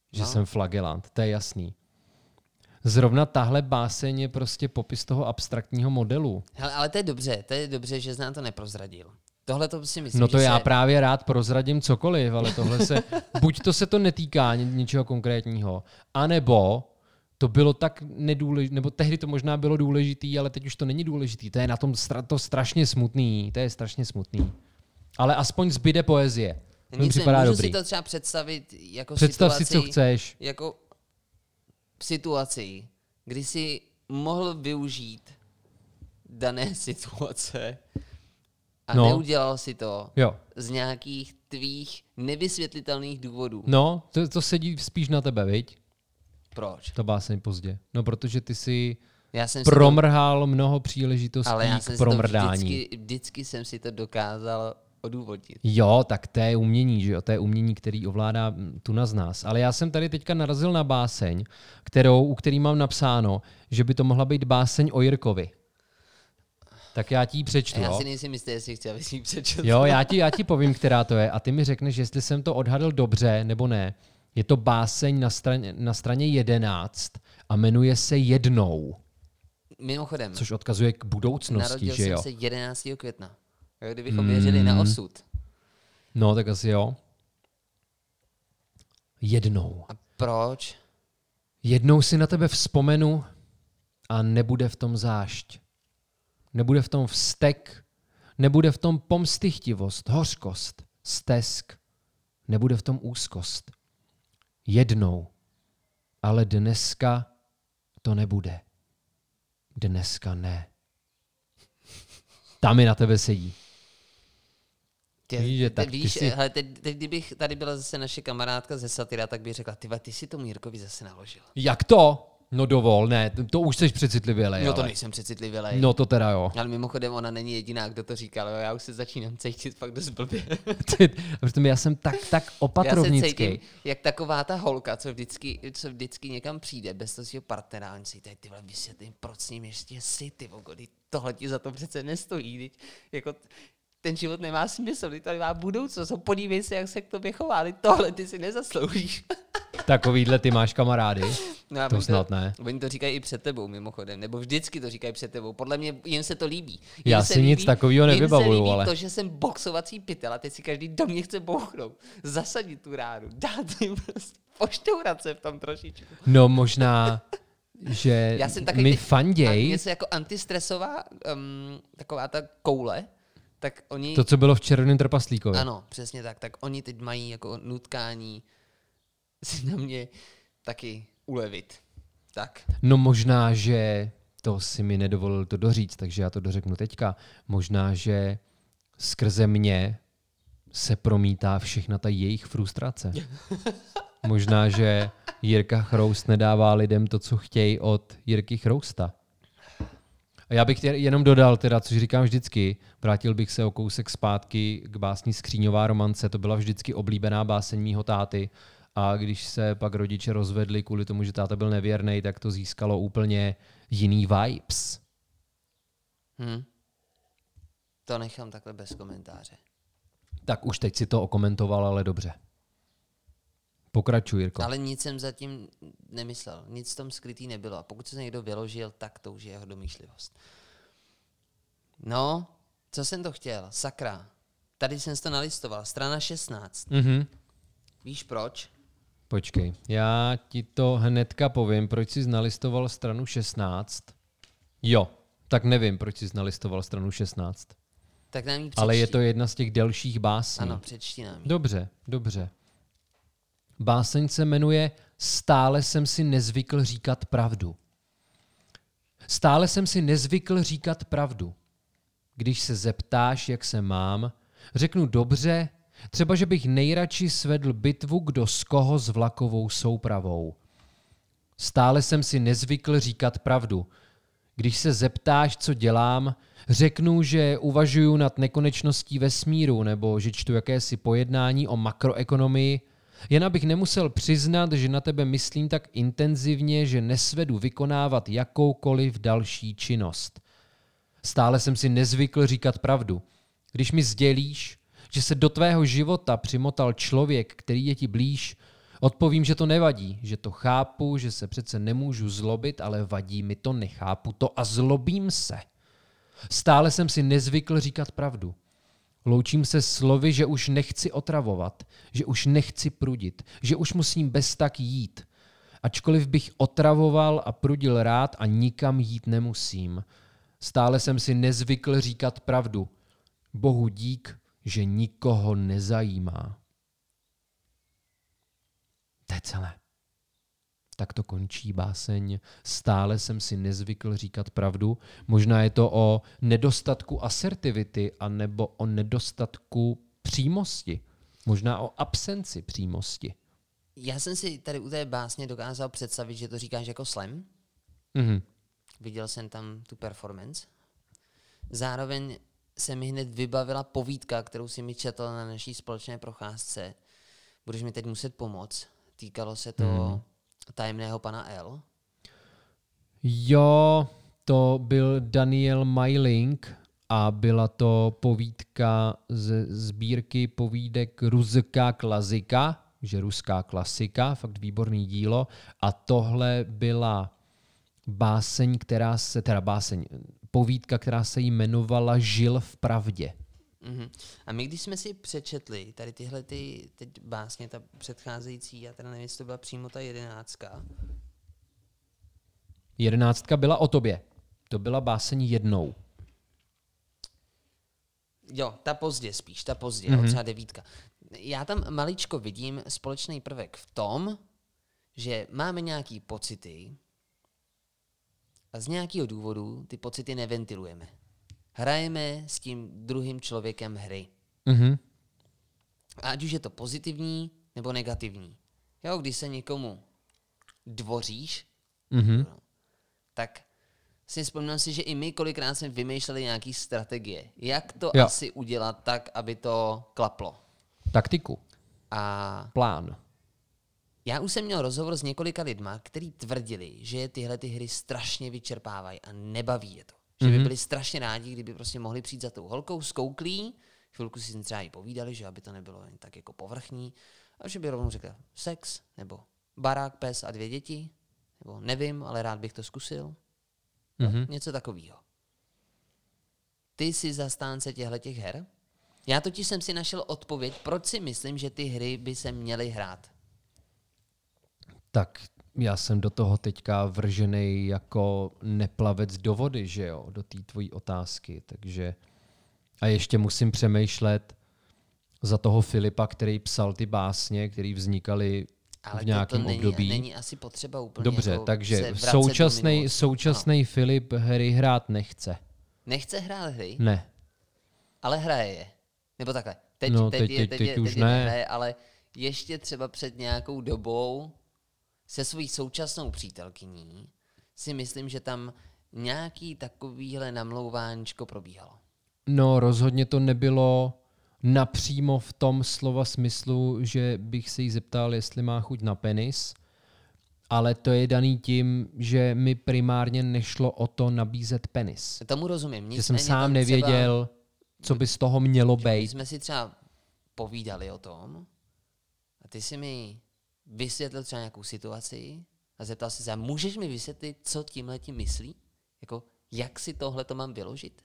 že jsem flagelant, to je jasný. Zrovna tahle báseň je prostě popis toho abstraktního modelu. Hele, ale to je dobře, že jsi nám to neprozradil. Tohle to si myslím, No to že já právě rád prozradím cokoliv, ale tohle se, buď to se to netýká ničeho konkrétního, anebo to bylo tak nedůležité, nebo tehdy to možná bylo důležitý, ale teď už to není důležitý. To je na tom to strašně smutný, to je strašně smutný. Ale aspoň zbyde poezie. To mi připadá můžu dobrý. si to třeba představit jako Představ situaci, si, co chceš. Jako situaci, kdy jsi mohl využít dané situace a neudělal si to z nějakých tvých nevysvětlitelných důvodů. No, to sedí spíš na tebe, viď? Proč? To báseň pozdě. No, protože ty si Já jsem promrhal mnoho příležitostí ale já k jsem promrdání. Vždycky jsem si to dokázal odůvodnit. Jo, tak to je umění, že jo? To je umění, který ovládá tuna z nás. Ale já jsem tady teďka narazil na báseň, u který mám napsáno, že by to mohla být báseň o Jirkovi. Tak já ti ji přečtu. Já si nejsem jistý, jestli chci, abys ji přečetl. Jo, já ti povím, která to je a ty mi řekneš, jestli jsem to odhadl dobře nebo ne. Je to báseň na straně 11 a jmenuje se Jednou. Mimochodem. Což odkazuje k budoucnosti, že jo? Narodil jsem se 11. května. Kdybychom věřili na osud. No, tak asi jo. Jednou. A proč? Jednou si na tebe vzpomenu a nebude v tom zášť. Nebude v tom vztek, nebude v tom pomstychtivost, hořkost, stesk, nebude v tom úzkost. Jednou. Ale dneska to nebude. Dneska Tam mi na tebe sedí. Teď kdybych tady byla zase naše kamarádka ze Satyra, tak bych řekla, ty si tomu Jirkovi zase naložil. Jak to? No dovol, ne, to už jsi přecitlivělej. No to nejsem přecitlivělej. No to teda jo. Ale mimochodem ona není jediná, kdo to říkal, jo? Já už se začínám cítit fakt dost blbě. Já jsem tak opatrovnický. Já se cítím, jak taková ta holka, co vždycky někam přijde bez toho svého partnera, on si ty vole vysvětlím, proč s ním ještě jsi, ty vogody, tohle ti za to přece nestojí, jako ten život nemá smysl, ty to nemá budoucnost, podívej se, jak se k tobě chová, tohle ty si nezasloužíš. Takovýhle ty máš kamarády? No to snad ne. Oni to říkají i před tebou mimochodem, nebo vždycky to říkají před tebou. Podle mě jim se to líbí. Já si nic takového nevybavuju, ale. ale. To, že jsem boxovací pytel a teď si každý do mě chce bouchnout, zasadit tu ránu, dát jim prostě poštourat se v tom trošičku. No možná, že mi fanděj. Něco jako antistresová, taková ta koule, tak oni. To, co bylo v Červeném trpaslíkovi. Ano, přesně tak. Tak oni teď mají jako nutkání si na mě taky ulevit. Tak. No možná, že to si mi nedovolil to doříct, takže já to dořeknu teďka. Možná, že skrze mě se promítá všechna ta jejich frustrace. Možná, že Jirka Chroust nedává lidem to, co chtějí od Jirky Chrousta. A já bych jenom dodal, teda, což říkám vždycky, vrátil bych se o kousek zpátky k básni Skříňová romance, to byla vždycky oblíbená báseň mýho táty. A když se pak rodiče rozvedli kvůli tomu, že táta byl nevěrný, tak to získalo úplně jiný vibes. To nechám takhle bez komentáře. Tak už teď si to okomentoval, ale dobře. Pokračuj, Jirko. Ale nic jsem zatím nemyslel. Nic v tom skrytý nebylo. A pokud se někdo vyložil, tak to už je jeho domýšlivost. No, co jsem to chtěl? Sakra. Tady jsem to nalistoval. Strana 16. Mhm. Víš proč? Počkej, já ti to hnedka povím, proč jsi nalistoval stranu 16. Jo, tak nevím, proč jsi nalistoval stranu 16. Tak nám ji přečti. Ale je to jedna z těch delších básní. Ano, přečti nám ji. Dobře. Báseň se jmenuje Stále jsem si nezvykl říkat pravdu. Stále jsem si nezvykl říkat pravdu. Když se zeptáš, jak se mám, řeknu dobře, třeba, že bych nejradši svedl bitvu kdo z koho s vlakovou soupravou. Stále jsem si nezvykl říkat pravdu. Když se zeptáš, co dělám, řeknu, že uvažuju nad nekonečností vesmíru nebo že čtu jakési pojednání o makroekonomii, jen abych nemusel přiznat, že na tebe myslím tak intenzivně, že nesvedu vykonávat jakoukoliv další činnost. Stále jsem si nezvykl říkat pravdu. Když mi sdělíš, že se do tvého života přimotal člověk, který je ti blíž, Odpovím, že to nevadí, že to chápu, že se přece nemůžu zlobit, ale vadí mi to, nechápu to a zlobím se. Stále jsem si nezvykl říkat pravdu. Loučím se slovy, že už nechci otravovat, že už nechci prudit, že už musím bez tak jít. Ačkoliv bych otravoval a prudil rád a nikam jít nemusím. Stále jsem si nezvykl říkat pravdu. Bohu dík, že nikoho nezajímá. To je celé. Tak to končí báseň. Stále jsem si nezvykl říkat pravdu. Možná je to o nedostatku asertivity anebo o nedostatku přímosti. Možná o absenci přímosti. Já jsem si tady u té básně dokázal představit, že to říkáš jako slam. Mhm. Viděl jsem tam tu performance. Zároveň se mi hned vybavila povídka, kterou si mi četl na naší společné procházce. Budeš mi teď muset pomoct. Týkalo se to tajemného pana L. Jo, to byl Daniel Majling a byla to povídka ze sbírky povídek Ruská klasika, že ruská klasika, fakt výborný dílo. A tohle byla povídka, která se jmenovala Žil v pravdě. A my, když jsme si přečetli tady tyhle teď básně, ta předcházející, já teda nevím, jestli to byla přímo ta 11. 11 byla o tobě. To byla báseň jednou. Jo, ta pozdě, třeba 9. Já tam maličko vidím společný prvek v tom, že máme nějaký pocity a z nějakého důvodu ty pocity neventilujeme. Hrajeme s tím druhým člověkem hry. A ať už je to pozitivní nebo negativní. Jo, když se někomu dvoříš, tak si vzpomínám si, že i my kolikrát jsme vymýšleli nějaký strategie. Jak to asi udělat tak, aby to klaplo. Taktiku. A plán. Já už jsem měl rozhovor s několika lidma, kteří tvrdili, že je tyhle ty hry strašně vyčerpávají a nebaví je to. Že by byli strašně rádi, kdyby prostě mohli přijít za tou holkou, skouklí, chvilku si třeba i povídali, že aby to nebylo jen tak jako povrchní, a že by rovnou řekl sex, nebo barák, pes a 2 děti, nebo nevím, ale rád bych to zkusil. Něco takového. Ty jsi zastánce těchto her? Já totiž jsem si našel odpověď, proč si myslím, že ty hry by se měly hrát. Tak já jsem do toho teďka vrženej jako neplavec do vody, že jo, do té tvojí otázky, takže a ještě musím přemýšlet za toho Filipa, který psal ty básně, které vznikaly v nějakém období. Není asi potřeba úplně. Dobře, jako takže současný Filip hry hrát nechce. Nechce hrát hry? Ne. Ale hraje je. Nebo takhle. Teď už ne, ale ještě třeba před nějakou dobou se svojí současnou přítelkyní si myslím, že tam nějaký takovýhle namlouváníčko probíhalo. No, rozhodně to nebylo napřímo v tom slova smyslu, že bych se jí zeptal, jestli má chuť na penis, ale to je daný tím, že mi primárně nešlo o to nabízet penis. Tomu rozumím. Že jsem sám nevěděl, co by z toho mělo být. My jsme si třeba povídali o tom a ty si mi vysvětlil třeba nějakou situaci a zeptal si se, můžeš mi vysvětlit, co tímhletím myslí? Jako, jak si tohle to mám vyložit?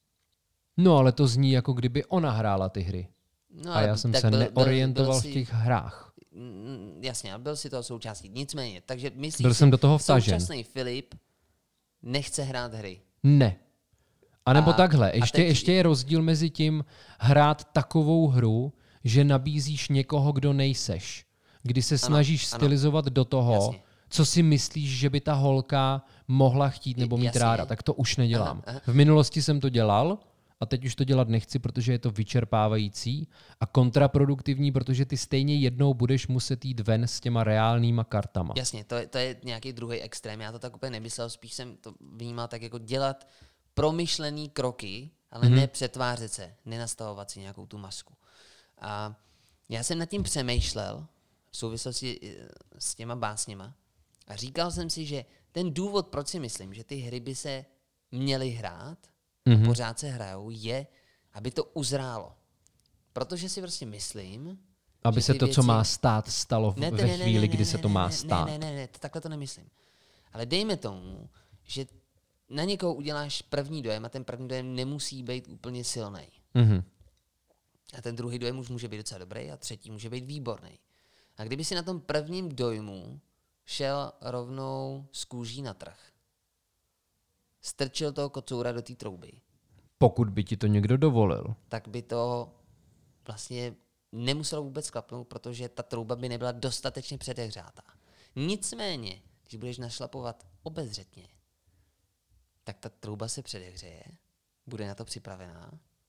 No, ale to zní, jako kdyby ona hrála ty hry. No, a já jsem se neorientoval v těch hrách. Jasně, a byl si toho součástí. Nicméně, takže myslíš, byl jsem do toho vtažen. Současný Filip nechce hrát hry? Ne. A nebo takhle, ještě je rozdíl mezi tím hrát takovou hru, že nabízíš někoho, kdo nejseš. Kdy se snažíš stylizovat do toho, jasně, co si myslíš, že by ta holka mohla chtít nebo mít ráda. Tak to už nedělám. V minulosti jsem to dělal a teď už to dělat nechci, protože je to vyčerpávající a kontraproduktivní, protože ty stejně jednou budeš muset jít ven s těma reálnýma kartama. Jasně, to je nějaký druhý extrém. Já to tak úplně nemyslel, spíš jsem to vnímal tak jako dělat promyšlený kroky, ale ne přetvářet se, nenastavovat si nějakou tu masku. A já jsem nad tím přemýšlel v souvislosti s těma básněma a říkal jsem si, že ten důvod, proč si myslím, že ty hry by se měly hrát a pořád se hrajou, je, aby to uzrálo. Protože si prostě myslím, Aby že se ty to, co věci- má stát, stalo ve chvíli, kdy se to má stát. Ne, takhle to nemyslím. Ale dejme tomu, že na někoho uděláš první dojem a ten první dojem nemusí být úplně silný. Mhm. A ten druhý dojem už může být docela dobrý a třetí může být výborný. A kdyby si na tom prvním dojmu šel rovnou z kůží na trh, strčil toho kocoura do té trouby, Pokud by ti to někdo dovolil. tak by to vlastně nemuselo vůbec klapnout, protože ta trouba by nebyla dostatečně předehřátá. Nicméně, když budeš našlapovat obezřetně, tak ta trouba se předehřeje, bude na to připravená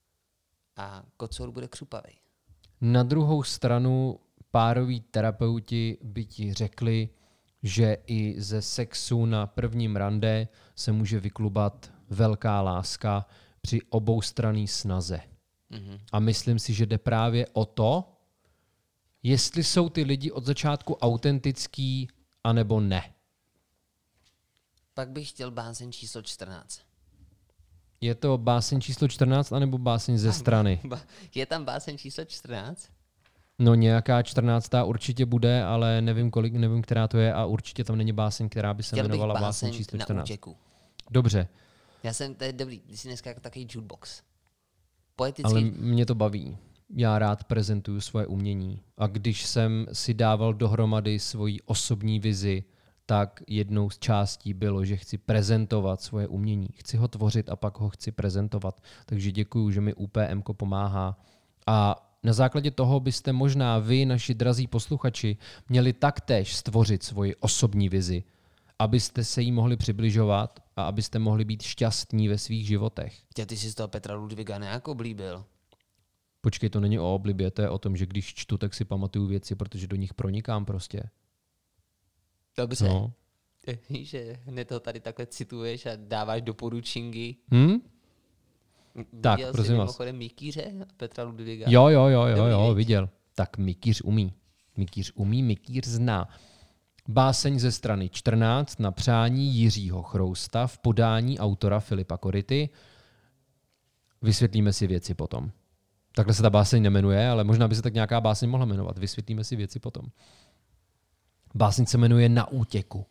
a kocour bude křupavý. Na druhou stranu pároví terapeuti by ti řekli, že i ze sexu na prvním rande se může vyklubat velká láska při oboustranné snaze. Mhm. A myslím si, že jde právě o to, jestli jsou ty lidi od začátku autentický, anebo ne. Pak bych chtěl báseň číslo 14. Je to báseň číslo 14, anebo báseň ze strany? Je tam báseň číslo 14? No nějaká 14. určitě bude, ale nevím, která to je a určitě tam není báseň, která by se Chtěl bych jmenovala báseň báseň číslo na 14. útěku. Dobře, To je dobrý, ty jsi dneska jako takový jukebox. Poetický. ale mě to baví. Já rád prezentuju svoje umění. A když jsem si dával dohromady svoji osobní vizi, tak jednou z částí bylo, že chci prezentovat svoje umění. Chci ho tvořit a pak ho chci prezentovat. Takže děkuju, že mi UPM pomáhá. A na základě toho byste možná vy, naši drazí posluchači, měli taktéž stvořit svoji osobní vizi, abyste se jí mohli přibližovat a abyste mohli být šťastní ve svých životech. Ty jsi z toho Petra Ludviga nějak oblíbil. Počkej, to není o oblibě, to je o tom, že když čtu, tak si pamatuju věci, protože do nich pronikám prostě. Dobře. No. Víš, že hned to tady takhle cituješ a dáváš doporučingy. Tak, Viděl prosím jsi vás. mimochodem Mikýře Petra Ludviga? Jo, viď? viděl. Tak Mikýř umí. Mikýř zná. Báseň ze strany 14 na přání Jiřího Chrousta v podání autora Filipa Koryty. Vysvětlíme si věci potom. Takhle se ta báseň nemenuje, ale možná by se tak nějaká báseň mohla jmenovat. Vysvětlíme si věci potom. Báseň se jmenuje Na útěku.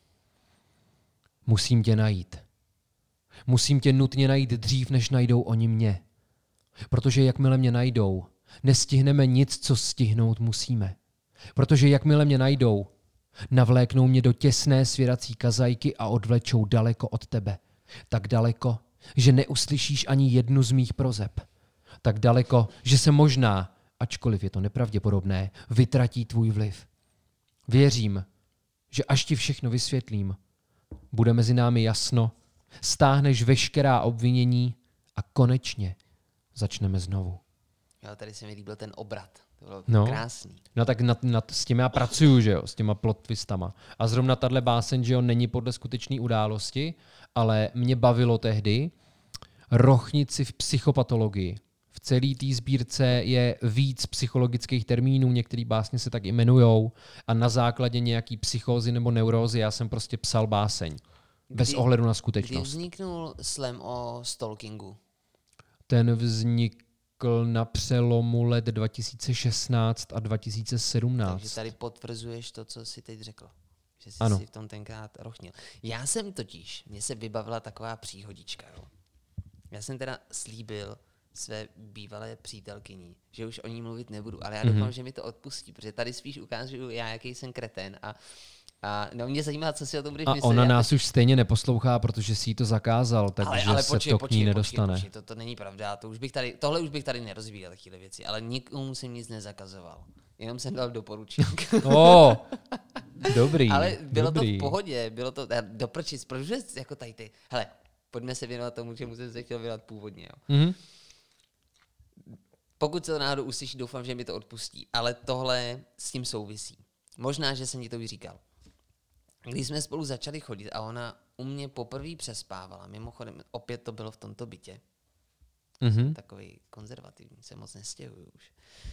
Musím tě najít. Musím tě nutně najít dřív, než najdou oni mě. Protože jakmile mě najdou, nestihneme nic, co stihnout musíme. Protože jakmile mě najdou, navléknou mě do těsné svěrací kazajky a odvlečou daleko od tebe. Tak daleko, že neuslyšíš ani jednu z mých prozeb. Tak daleko, že se možná, ačkoliv je to nepravděpodobné, vytratí tvůj vliv. Věřím, že až ti všechno vysvětlím, bude mezi námi jasno, stáhneš veškerá obvinění a konečně začneme znovu. Jo, tady se mi líbil ten obrat. To bylo No. krásný. No tak s tím já pracuju, že jo, s těma plot twistama. A zrovna tahle báseň, že jo, není podle skutečné události, ale mě bavilo tehdy rochnit si v psychopatologii. V celé té sbírce je víc psychologických termínů, některé básně se tak jmenujou a na základě nějaký psychózy nebo neurózy já jsem prostě psal báseň. Bez ohledu na Kdy skutečnost. vzniknul slam o stalkingu? Ten vznikl na přelomu let 2016 a 2017. Takže tady potvrzuješ to, co jsi teď řekl. Že jsi Ano. si v tom tenkrát rochnil. Já jsem totiž, mně se vybavila taková příhodička. Jo. Já jsem teda slíbil své bývalé přítelkyni, že už o ní mluvit nebudu, ale já doufám, že mi to odpustí, protože tady spíš ukážu já, jaký jsem kretén a no, mě zajímá, co si o tom budeš A myslet. ona nás už stejně neposlouchá, protože si jí to zakázal, takže ale se to k ní nedostane. Počkej, to není pravda, tohle už bych tady nerozvíjel, takové věci, ale nikomu jsem nic nezakazoval. Jenom jsem dal doporučení. Dobrý. Ale bylo dobrý. to v pohodě, bylo to doprčit, protože jako tady ty, hele, pojďme se věnovat tomu, čemu jsem se chtěl věnovat původně. Jo. Mhm. Pokud se to náhodou uslyší, doufám, že mi to odpustí, ale tohle s tím souvisí. Možná, že jsem ti to vyříkal. Když jsme spolu začali chodit a ona u mě poprvé přespávala, mimochodem opět to bylo v tomto bytě, takový konzervativní, se moc nestěhuju už,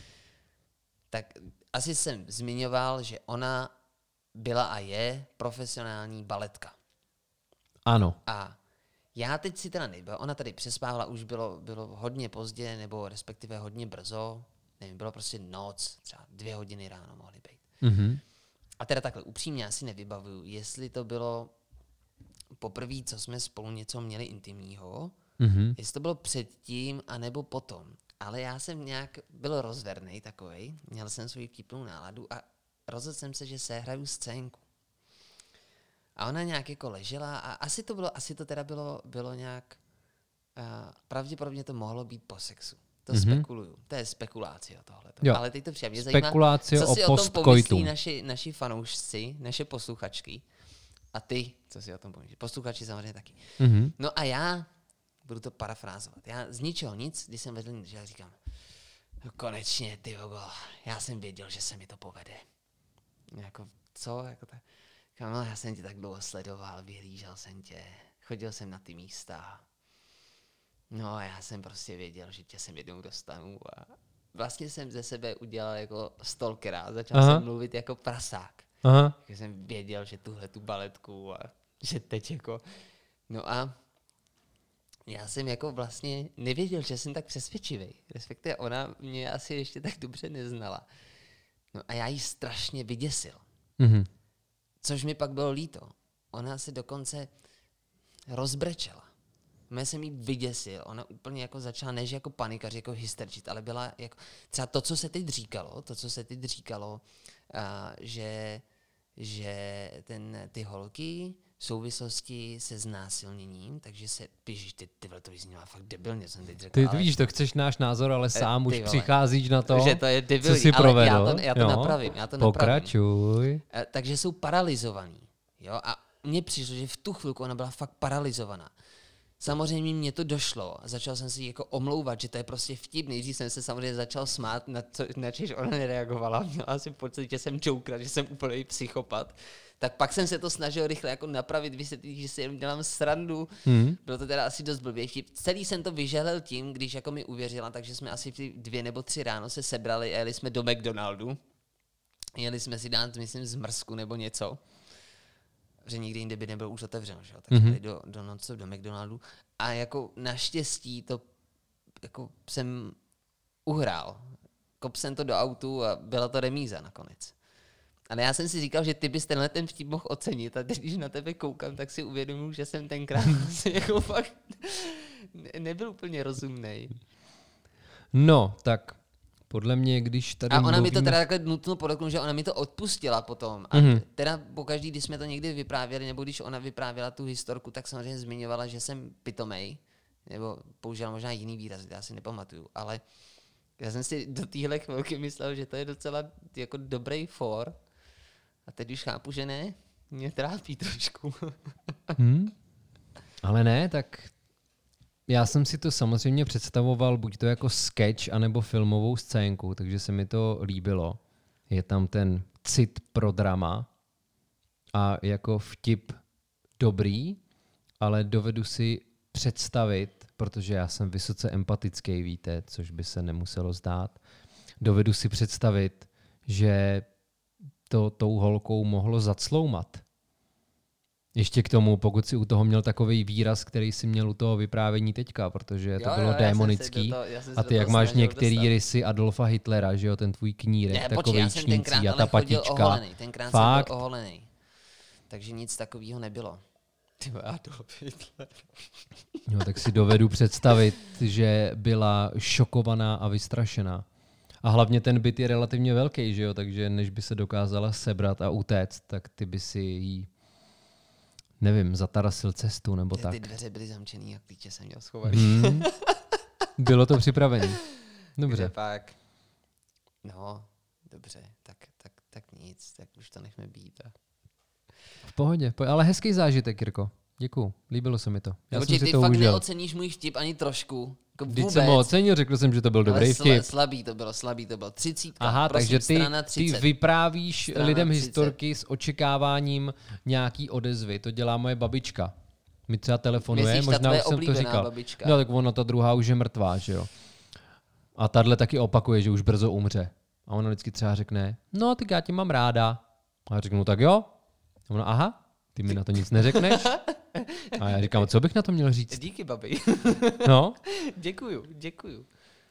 tak asi jsem zmiňoval, že ona byla a je profesionální baletka. Ano. A já teď si teda nebyl, ona tady přespávala, už bylo hodně pozdě, nebo respektive hodně brzo, nevím, bylo prostě noc, třeba 2 hodiny ráno mohly být. Mhm. A teda takhle, upřímně, já si nevybavuju, jestli to bylo poprvé, co jsme spolu něco měli intimního, jestli to bylo předtím, anebo potom. Ale já jsem nějak byl rozvernej takovej, měl jsem svou vtipnou náladu a rozhodl jsem se, že sehraju scénku. A ona nějak jako ležela a asi to teda bylo nějak, pravděpodobně to mohlo být po sexu. To spekuluju. To je spekulace o tohle. Ale teď to přijde. Mě zajímá, co si o tom pomyslí naši fanoušci, naše posluchačky. A ty, co si o tom pomyslíš. Posluchači samozřejmě taky. No a já budu to parafrázovat. Já z ničeho nic, když jsem vedl, že já říkám, no konečně, ty vogo, já jsem věděl, že se mi to povede. Jako, co? Jako tak. No, já jsem tě tak dlouho sledoval, vyhlížel jsem tě, chodil jsem na ty místa. No a já jsem prostě věděl, že tě sem jednou dostanu a vlastně jsem ze sebe udělal jako stalkera, začal jsem mluvit jako prasák. Takže jsem věděl, že tu baletku a že teď jako, no a já jsem jako vlastně nevěděl, že jsem tak přesvědčivý. Respektive ona mě asi ještě tak dobře neznala. No a já ji strašně vyděsil. Což mi pak bylo líto. Ona se dokonce rozbrečela. Mě jsem jí vyděsil. Ona úplně jako začala, než jako panikař, jako hysterčit, ale byla jako, třeba to, co se teď říkalo, že ty holky v souvislosti se znásilněním, takže se, píšeš, ty vole, to vyzněla fakt debilně, jsem teď řekl. Ty víš, to chceš náš názor, ale sám už přicházíš na to, že to je debilní, co jsi provedl. Já to napravím. Pokračuj. Takže jsou paralizovaný. Jo? A mně přišlo, že v tu chvilku ona byla fakt paralizovaná. Samozřejmě mě to došlo a začal jsem si jako omlouvat, že to je prostě vtip. Nejdřív jsem se samozřejmě začal smát, na čež ona nereagovala. Měla jsem pocit, že jsem joker, že jsem úplný psychopat. Tak pak jsem se to snažil rychle jako napravit, vysvětlit, že si jenom dělám srandu. Bylo to teda asi dost blbě vtip. Celý jsem to vyžehlil tím, když jako mi uvěřila, takže jsme asi v 2 nebo 3 ráno se sebrali a jeli jsme do McDonaldu. Jeli jsme si dát, myslím, zmrzku nebo něco. Že nikdy jinde by nebyl už otevřeno, že jo? Takže jeli do noci do McDonaldu a jako naštěstí to jako jsem uhrál. Kop jsem to do autu a byla to remíza nakonec. Ale já jsem si říkal, že ty bys ten vtip mohl ocenit a teď, když na tebe koukám, tak si uvědomuji, že jsem tenkrát jako fakt nebyl úplně rozumnej. No, tak podle mě, když tady a ona mluvíme... mi to teda takhle nutno podotknout, že ona mi to odpustila potom. A teda pokaždý, když jsme to někdy vyprávěli, nebo když ona vyprávěla tu historku, tak samozřejmě zmiňovala, že jsem pitomej, nebo použila možná jiný výraz, já si nepamatuju, ale já jsem si do téhle chvilky myslel, že to je docela jako dobrý for. A teď už chápu, že ne, mě trápí trošku. Ale ne, tak já jsem si to samozřejmě představoval buď to jako sketch, anebo filmovou scénku, takže se mi to líbilo. Je tam ten cit pro drama a jako vtip dobrý, ale dovedu si představit, protože já jsem vysoce empatický, víte, což by se nemuselo zdát, dovedu si představit, že to tou holkou mohlo zacloumat. Ještě k tomu, pokud si u toho měl takový výraz, který si měl u toho vyprávění teďka, protože to bylo démonický. A ty jak máš některý rysy Adolfa Hitlera, že jo, ten tvůj knírek, takovej čnící a ta patička. Tenkrát jsem byl oholený. Takže nic takového nebylo. Ty Adolf Hitler. No, tak si dovedu představit, že byla šokovaná a vystrašená. A hlavně ten byt je relativně velký, že jo, takže než by se dokázala sebrat a utéct, tak ty by si jí, nevím, zatarasil cestu nebo tak. Ty dveře byly zamčený a klíče jsem měl schovaný. Bylo to připravené. Dobře. Pak? No, dobře, tak nic, tak už to nechme být. V pohodě, ale hezký zážitek, Jirko. Děkuju, líbilo se mi to. Já jsem si ty to fakt užil. neoceníš můj vtip ani trošku. Vždyť jsem ho ocenil, řekl jsem, že to byl dobrý vtip. Slabý to bylo. 30. Aha, prosím, takže ty vyprávíš strana lidem 30. historky s očekáváním nějaký odezvy. To dělá moje babička. Mi třeba telefonuje, myslíš, možná už jsem to říkal. Babička? No tak ona, ta druhá už je mrtvá, že jo. A tahle taky opakuje, že už brzo umře. A ona vždycky třeba řekne, no tak já tě mám ráda. A já řeknu, no tak jo. A ona, aha, ty mi na to nic neřekneš. A já říkám, co bych na to měl říct? Díky, babi. No. Děkuju.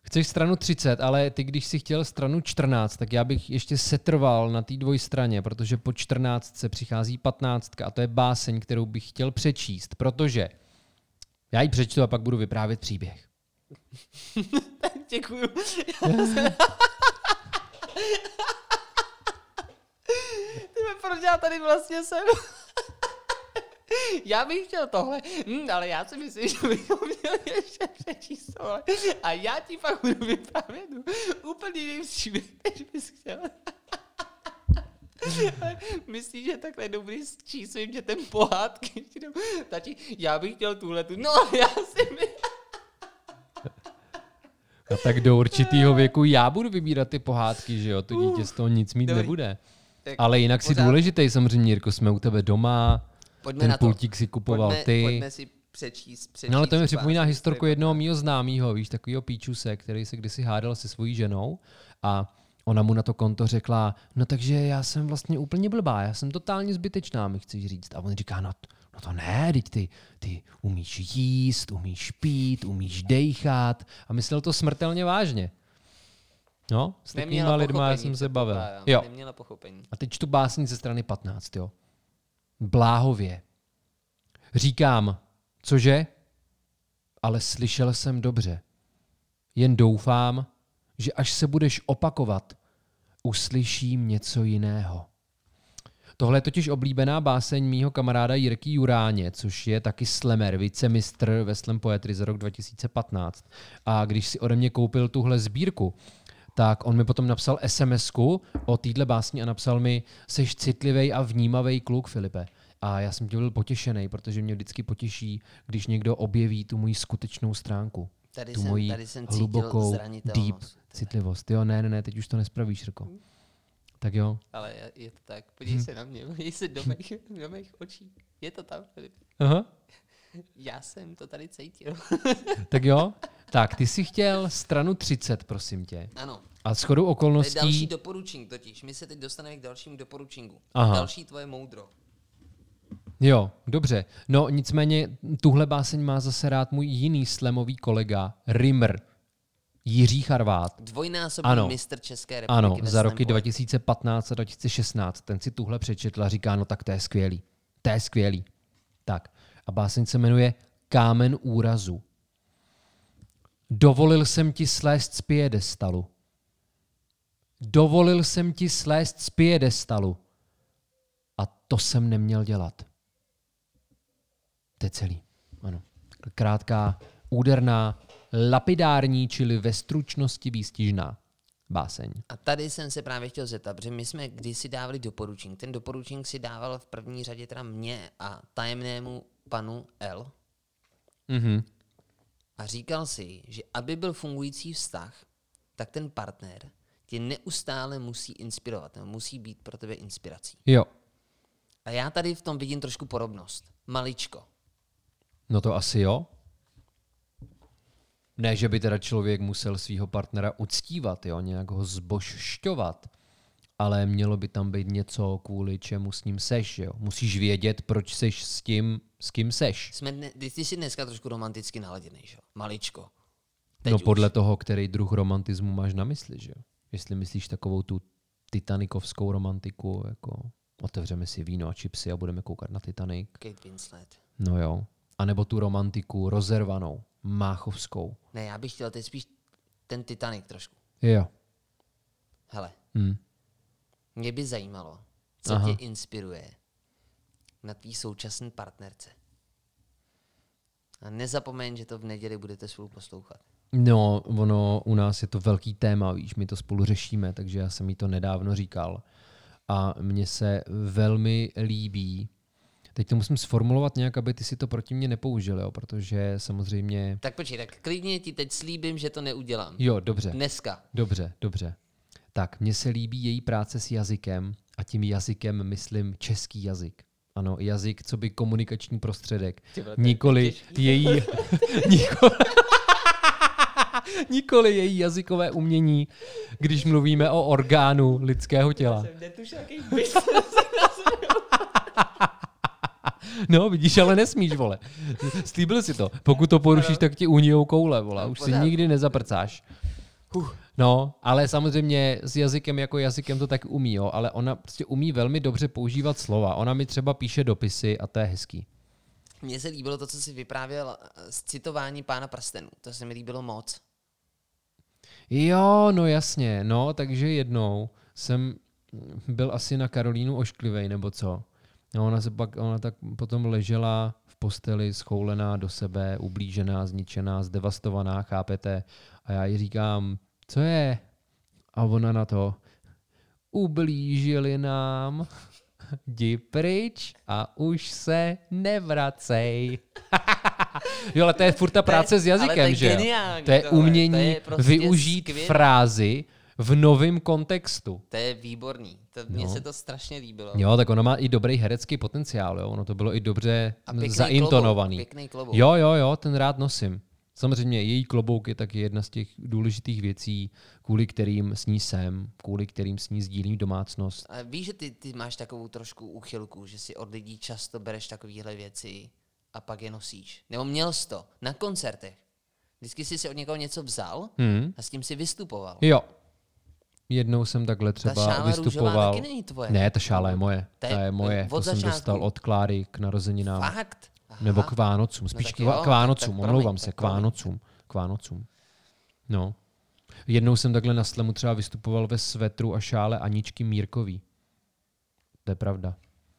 Chceš stranu 30, ale ty, když si chtěl stranu 14, tak já bych ještě setrval na té dvojstraně, protože po 14 se přichází 15 a to je báseň, kterou bych chtěl přečíst, protože já ji přečtu a pak budu vyprávět příběh. Děkuju. Proč já tady vlastně jsem? Já bych chtěl tohle, ale já si myslím, že bychom měli ještě přečíst tohle. A já ti pak budu vyprávět úplně jiný příběh, než bys chtěl. Myslíš, že takhle dobrý číst svým dětem pohádky? Tati, já bych chtěl tuhletu. No, já si myslím. A tak do určitého věku já budu vybírat ty pohádky, že jo? To dítě z toho nic mít nebude. Tak ale jinak si důležitý samozřejmě, Jirko, jsme u tebe doma, pojďme ten pultík si kupoval ty. Pojďme si přečíst. No ale to mi připomíná historku jednoho mýho známýho, víš, takovýho píčuse, který se kdysi hádal se svojí ženou a ona mu na to konto řekla, no takže já jsem vlastně úplně blbá, já jsem totálně zbytečná, mi chceš říct. A on říká, no to ne, teď ty umíš jíst, umíš pít, umíš dejchat. A myslel to smrtelně vážně. No, s takovýma lidma já jsem se bavil. Jo. Neměla pochopení. A teď čtu básní ze strany 15, jo. Bláhově. Říkám, cože? Ale slyšel jsem dobře. Jen doufám, že až se budeš opakovat, uslyším něco jiného. Tohle je totiž oblíbená báseň mýho kamaráda Jirky Juráně, což je taky slamer, vicemistr ve slam poetry za rok 2015. A když si ode mě koupil tuhle sbírku, tak on mi potom napsal SMS-ku o téhle básni a napsal mi, seš citlivý a vnímavý kluk, Filipe. A já jsem tím byl potěšený, protože mě vždycky potěší, když někdo objeví tu moji skutečnou stránku. Tady jsem hlubokou, deep citlivost. Jo, ne, teď už to nespravíš, Rko. Tak jo. Ale je to tak. Podívej se na mě, podívej se do mých očí. Je to tam, Filip. Aha. Já jsem to tady cítil. Tak jo. Tak, ty jsi chtěl stranu 30, prosím tě. Ano. A shodou okolností... To je další doporučení totiž. My se teď dostaneme k dalšímu doporučení. Další tvoje moudro. Jo, dobře. No nicméně tuhle báseň má zase rád můj jiný slamový kolega, Rimr, Jiří Charvát. Dvojnásobný mistr České republiky. Ano, za roky 2015 a 2016. Ten si tuhle přečetl a říká, no tak to je skvělý. To je skvělý. Tak, a báseň se jmenuje Kámen úrazu. Dovolil jsem ti slést z piedestalu. Dovolil jsem ti slést z piedestalu. A to jsem neměl dělat. To je celý. Ano. Krátká, úderná, lapidární, čili ve stručnosti výstižná báseň. A tady jsem se právě chtěl zeptat, protože my jsme kdysi dávali doporučení. Ten doporučení si dával v první řadě teda mě a tajemnému panu L. Mhm. A říkal si, že aby byl fungující vztah, tak ten partner tě neustále musí inspirovat, nebo musí být pro tebe inspirací. Jo. A já tady v tom vidím trošku podobnost. Maličko. No to asi jo. Ne, že by teda člověk musel svého partnera uctívat, jo, nějak ho zbožšťovat, ale mělo by tam být něco, kvůli čemu s ním seš, jo. Musíš vědět, proč seš s tím, s kým seš. Ty jsi dneska trošku romanticky naladěný, že jo? Maličko. No podle toho, který druh romantismu máš na mysli, že jo. Jestli myslíš takovou tu titanikovskou romantiku, jako otevřeme si víno a chipsy a budeme koukat na Titanic. Kate Winslet. No jo. A nebo tu romantiku rozervanou, máchovskou. Ne, já bych chtěl teď spíš ten Titanic trošku. Jo. Hele. Mě by zajímalo, co tě inspiruje na tvý současné partnerce. A nezapomeň, že to v neděli budete spolu poslouchat. No, ono u nás je to velký téma, víš, my to spolu řešíme, takže já jsem jí to nedávno říkal. A mně se velmi líbí, teď to musím sformulovat nějak, aby ty si to proti mě nepoužil, jo, protože samozřejmě... Tak počkej, tak klidně ti teď slíbím, že to neudělám. Jo, dobře. Dneska. Dobře. Tak, mně se líbí její práce s jazykem a tím jazykem myslím český jazyk. Ano, jazyk, co by komunikační prostředek. Nikoli její... Nikoli její jazykové umění, když mluvíme o orgánu lidského těla. Já jsem netušil, jaký No, vidíš, ale nesmíš, vole. Slíbil si to. Pokud to porušíš, tak ti unijou koule, vole. Už si nikdy nezaprcáš. No, ale samozřejmě s jazykem jako jazykem to tak umí, jo, ale ona prostě umí velmi dobře používat slova. Ona mi třeba píše dopisy a to je hezký. Mně se líbilo to, co jsi vyprávěl z citování Pána prstenů. To se mi líbilo moc. Jo, no jasně, no, takže jednou jsem byl asi na Karolínu ošklivej, nebo co. No, ona tak potom ležela v posteli, schoulená do sebe, ublížená, zničená, zdevastovaná, chápete? A já jí říkám, co je? A ona na to, ublížili nám, jdi pryč a už se nevracej. Jo, ale to je furt ta práce s jazykem, že jo? To je umění prostě využít skvělý frázi v novém kontextu. To je výborný. Mně se to strašně líbilo. Jo, tak ona má i dobrý herecký potenciál, jo? Ono to bylo i dobře zaintonovaný. Pěkný klobouk. Jo, ten rád nosím. Samozřejmě její klobouk je taky jedna z těch důležitých věcí, kvůli kterým s ní jsem, kvůli kterým s ní sdílím domácnost. A víš, že ty máš takovou trošku úchylku, že si od lidí často bereš takovéhle věci a pak je nosíš. Nebo měl jsi to na koncertech. Vždycky jsi si od někoho něco vzal a s tím si vystupoval. Jo. Jednou jsem takhle třeba ta šála vystupoval. Růžová taky není tvoje. Ne, ta šála je moje. Ta je moje. To jsem dostal od Kláry k narozeninám. Fakt? Aha. Nebo k Vánocům. Spíš k Vánocům, omlouvám se, k Vánocům. No. Jednou jsem takhle na slemu třeba vystupoval ve svetru a šále Aničky Mírkový. To je pravda.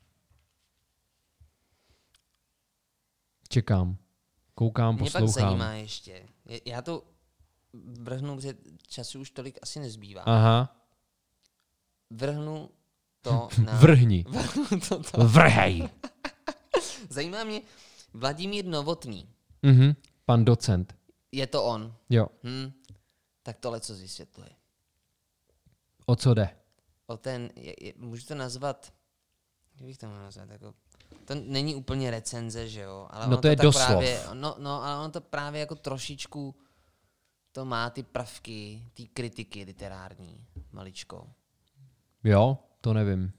Čekám. Koukám, poslouchám. Mě pak zajímá ještě. Já to vrhnu, protože času už tolik asi nezbývá. Aha. Vrhnu to na... Vrhni. Vrhej. Zajímá mě Vladimír Novotný. Pan docent. Je to on. Jo. Tak tohle co vysvětluje. O co jde? O ten, můžu to nazvat, jak bych to mohl nazvat, jako, to není úplně recenze, že jo? Ale no to je tak doslov. právě, ale ono to právě jako trošičku, to má ty prvky, ty kritiky literární, maličko. Jo, to nevím.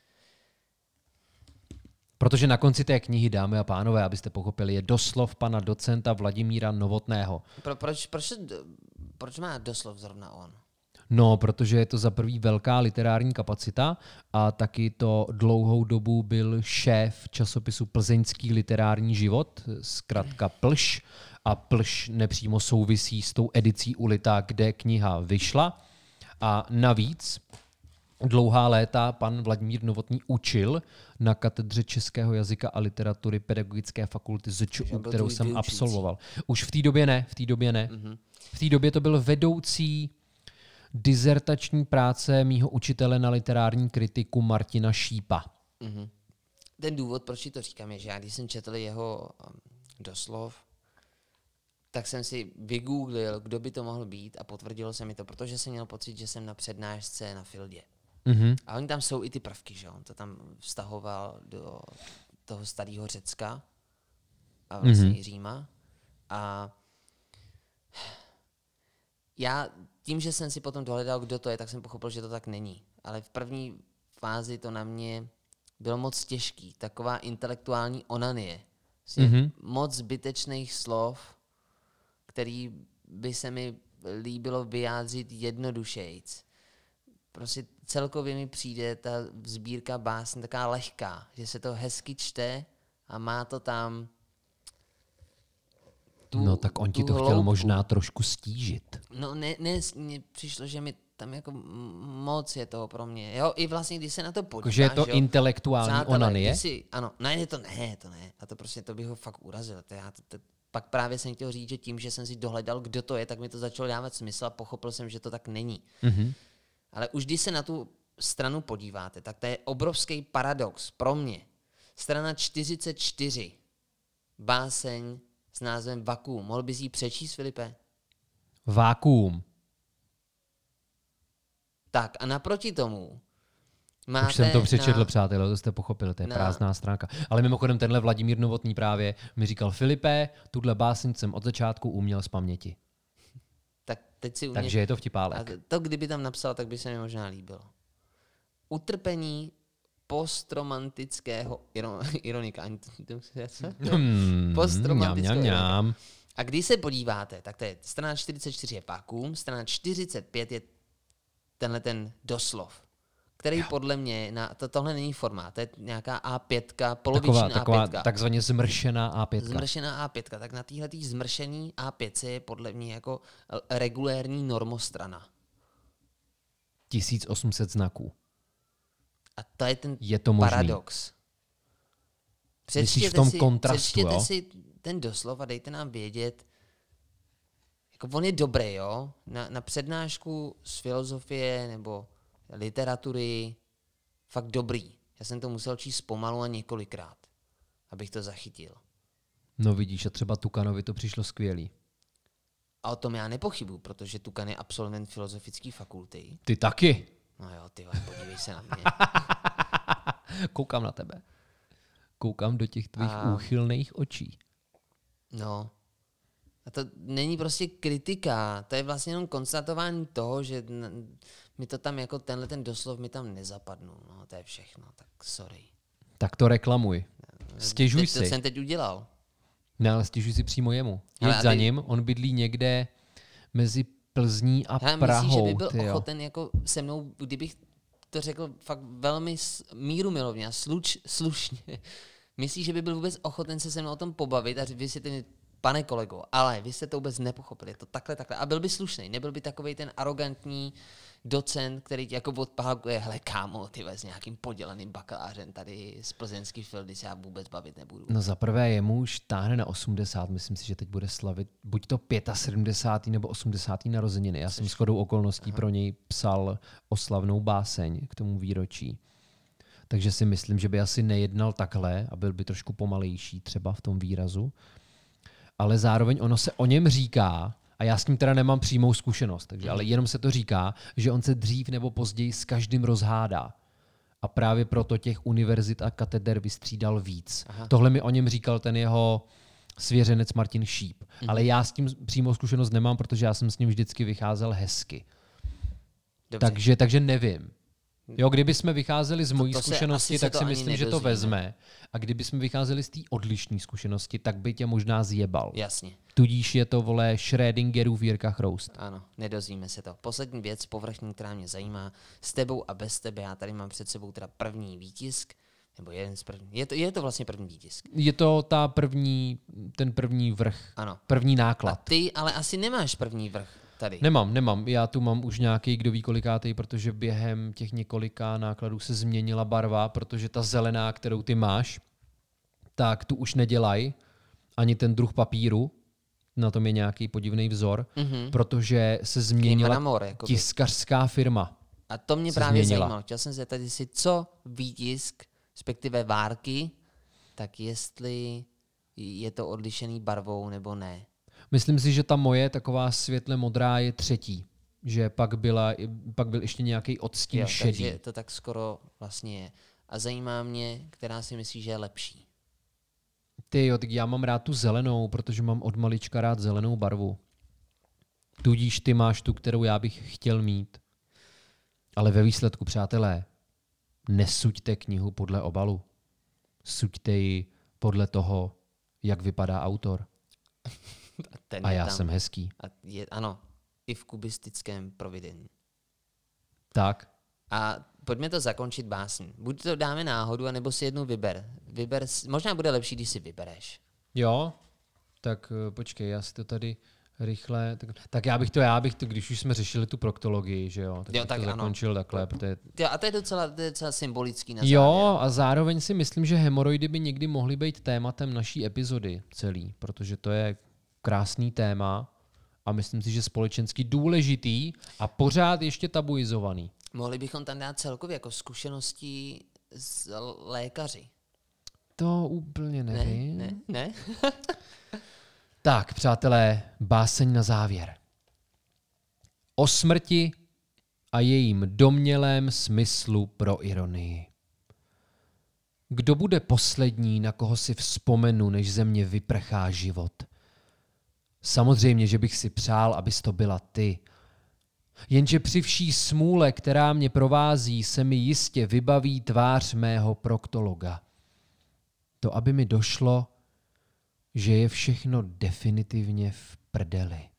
Protože na konci té knihy, dámy a pánové, abyste pochopili, je doslov pana docenta Vladimíra Novotného. Proč má doslov zrovna on? No, protože je to za prvý velká literární kapacita a taky to dlouhou dobu byl šéf časopisu Plzeňský literární život, zkrátka Plž. A Plž nepřímo souvisí s tou edicí Ulita, kde kniha vyšla. A navíc dlouhá léta pan Vladimír Novotný učil na katedře českého jazyka a literatury Pedagogické fakulty ZČU, kterou jsem absolvoval. Už v té době ne. Mm-hmm. V té době to byl vedoucí dizertační práce mýho učitele na literární kritiku Martina Šípa. Mm-hmm. Ten důvod, proč ti to říkám, je, že já když jsem četl jeho doslov, tak jsem si vygooglil, kdo by to mohl být a potvrdilo se mi to, protože jsem měl pocit, že jsem na přednášce na Fieldě. Mm-hmm. A oni tam jsou i ty prvky, že on to tam vztahoval do toho starého Řecka a vlastně i Říma. A já tím, že jsem si potom dohledal, kdo to je, tak jsem pochopil, že to tak není. Ale v první fázi to na mě bylo moc těžký. Taková intelektuální onanie. Moc zbytečných slov, který by se mi líbilo vyjádřit jednodušejc. Prostě celkově mi přijde ta sbírka básní taková lehká, že se to hezky čte a má to tam no tak on ti to chtěl možná trošku stížit. No ne, mně přišlo, že mi tam jako moc je toho pro mě. Jo, i vlastně, když se na to podíváš. Že je to intelektuální onanie? Ano, ne, to ne. A to prostě, to bych ho fakt urazil. Pak právě jsem chtěl říct, že tím, že jsem si dohledal, kdo to je, tak mi to začalo dávat smysl a pochopil jsem, že to tak není. Mm-hmm. Ale už když se na tu stranu podíváte, tak to je obrovský paradox pro mě. Strana 44. Báseň s názvem Vakuum. Mohl bys ji přečíst, Filipe? Vakuum. Tak a naproti tomu máte... Už jsem to přečetl, přátelé, to jste pochopili, to je prázdná stránka. Ale mimochodem tenhle Vladimír Novotný právě mi říkal, Filipe, tuhle báseň jsem od začátku uměl z paměti. Tak teď si Takže je to vtipálek. A to, kdyby tam napsal, tak by se mi možná líbilo. Utrpení postromantického ironika. Postromantického A když se podíváte, tak to je strana 44 je vakuum, strana 45 je tenhle ten doslov, který podle mě, tohle není formát, to je nějaká A5, poloviční Taková A5. takzvaně zmršená A5. Zmršená A5, tak na téhletý zmršený A5 je podle mě jako regulérní normostrana. 1800 znaků. A to je ten je to možný. paradox. Myslíš v tom kontrastu, přečtěte jo? si ten doslov a dejte nám vědět, jako on je dobrý, jo? Na přednášku z filozofie nebo literatury fakt dobrý. Já jsem to musel číst pomalu a několikrát, abych to zachytil. No vidíš, a třeba Tukanovi to přišlo skvělý. A o tom já nepochybuju, protože Tukan je absolvent filozofické fakulty. Ty taky. No jo, ty vole, podívej se na mě. Koukám na tebe. Koukám do těch tvých úchylných očí. No. A to není prostě kritika, to je vlastně jenom konstatování toho, že mi to tam jako tenhle ten doslov mi tam nezapadnul. No, to je všechno, tak sorry. Tak to reklamuj. Stěžuj To si. jsem teď udělal. Ne, ale stěžuj si přímo jemu. Ale Jeď za ním, on bydlí někde mezi Plzní a Hele, Prahou. myslíš, že by byl tyjo. ochoten jako se mnou, kdybych to řekl fakt velmi mírumilovně a slušně, myslíš, že by byl vůbec ochoten se mnou o tom pobavit a vysvětlit mi, pane kolego, ale vy jste to vůbec nepochopili, je to takhle. A byl by slušný, nebyl by takovej ten arrogantní docent, který ti jako odpálkuje, hele kámo, ty s nějakým podělaným bakalářem tady z plzeňský fildy se já vůbec bavit nebudu. No za prvé jemu už táhne na 80, myslím si, že teď bude slavit buď to 75. nebo 80. narozeniny. Já jsem shodou okolností pro něj psal oslavnou báseň k tomu výročí. Takže si myslím, že by asi nejednal takhle a byl by trošku pomalejší třeba v tom výrazu. Ale zároveň ono se o něm říká, a já s ním teda nemám přímou zkušenost, takže, ale jenom se to říká, že on se dřív nebo později s každým rozhádá. A právě proto těch univerzit a kateder vystřídal víc. Aha. Tohle mi o něm říkal ten jeho svěřenec Martin Šíp. Ale já s tím přímou zkušenost nemám, protože já jsem s ním vždycky vycházel hezky. Dobře. Takže nevím. Jo, kdyby jsme vycházeli z mojí To se zkušenosti, asi se tak to si ani myslím, že to nedozvíme. vezme. A kdyby jsme vycházeli z té odlišné zkušenosti, tak by tě možná zjebal. Jasně. Tudíž je to, vole, Schrödingerův Jirka Chroust. Ano, nedozvíme se to. Poslední věc, povrchní, která mě zajímá, s tebou a bez tebe, já tady mám před sebou teda první výtisk, nebo jeden z prvních. Je to vlastně první výtisk. Je to ten první vrch, Ano. první A náklad. ty ale asi nemáš první vrch tady. Nemám. Já tu mám už nějaký, kdo ví kolikátej, protože během těch několika nákladů se změnila barva, protože ta zelená, kterou ty máš, tak tu už nedělají ani ten druh papíru, na tom je nějaký podivný vzor, protože se změnila mramor, jakoby. tiskařská firma. A to mě se právě změnila. zajímalo. Chtěl jsem se tady si, co výtisk, respektive várky, tak jestli je to odlišený barvou nebo ne. Myslím si, že ta moje taková světle modrá je třetí. Že pak byl ještě nějaký odstín šedý. Takže to tak skoro vlastně je. A zajímá mě, která si myslí, že je lepší. Tak já mám rád tu zelenou, protože mám od malička rád zelenou barvu. Tudíž ty máš tu, kterou já bych chtěl mít. Ale ve výsledku, přátelé, nesuďte knihu podle obalu. Suďte ji podle toho, jak vypadá autor. Ten A je já tam. jsem hezký. A ano, i v kubistickém provedení. Tak, A pojďme to zakončit básní. Buď to dáme náhodu, anebo si jednu vyber. Možná bude lepší, když si vybereš. jo, tak počkej, já si to tady rychle... Tak já bych to, když už jsme řešili tu proktologii, že jo, tak, Jo, bych tak to ano. zakončil takhle, protože... A to je docela symbolický na závěr. Jo, a zároveň si myslím, že hemoroidy by někdy mohly být tématem naší epizody celý, protože to je krásný téma a myslím si, že společensky důležitý a pořád ještě tabuizovaný. Mohli bychom tam dát celkově jako zkušenosti s lékaři. To úplně nevím. Ne? Tak, přátelé, báseň na závěr. O smrti a jejím domnělém smyslu pro ironii. Kdo bude poslední, na koho si vzpomenu, než ze mě vyprchá život? Samozřejmě, že bych si přál, abys to byla ty. Jenže při vší smůle, která mě provází, se mi jistě vybaví tvář mého proktologa. To, aby mi došlo, že je všechno definitivně v prdeli.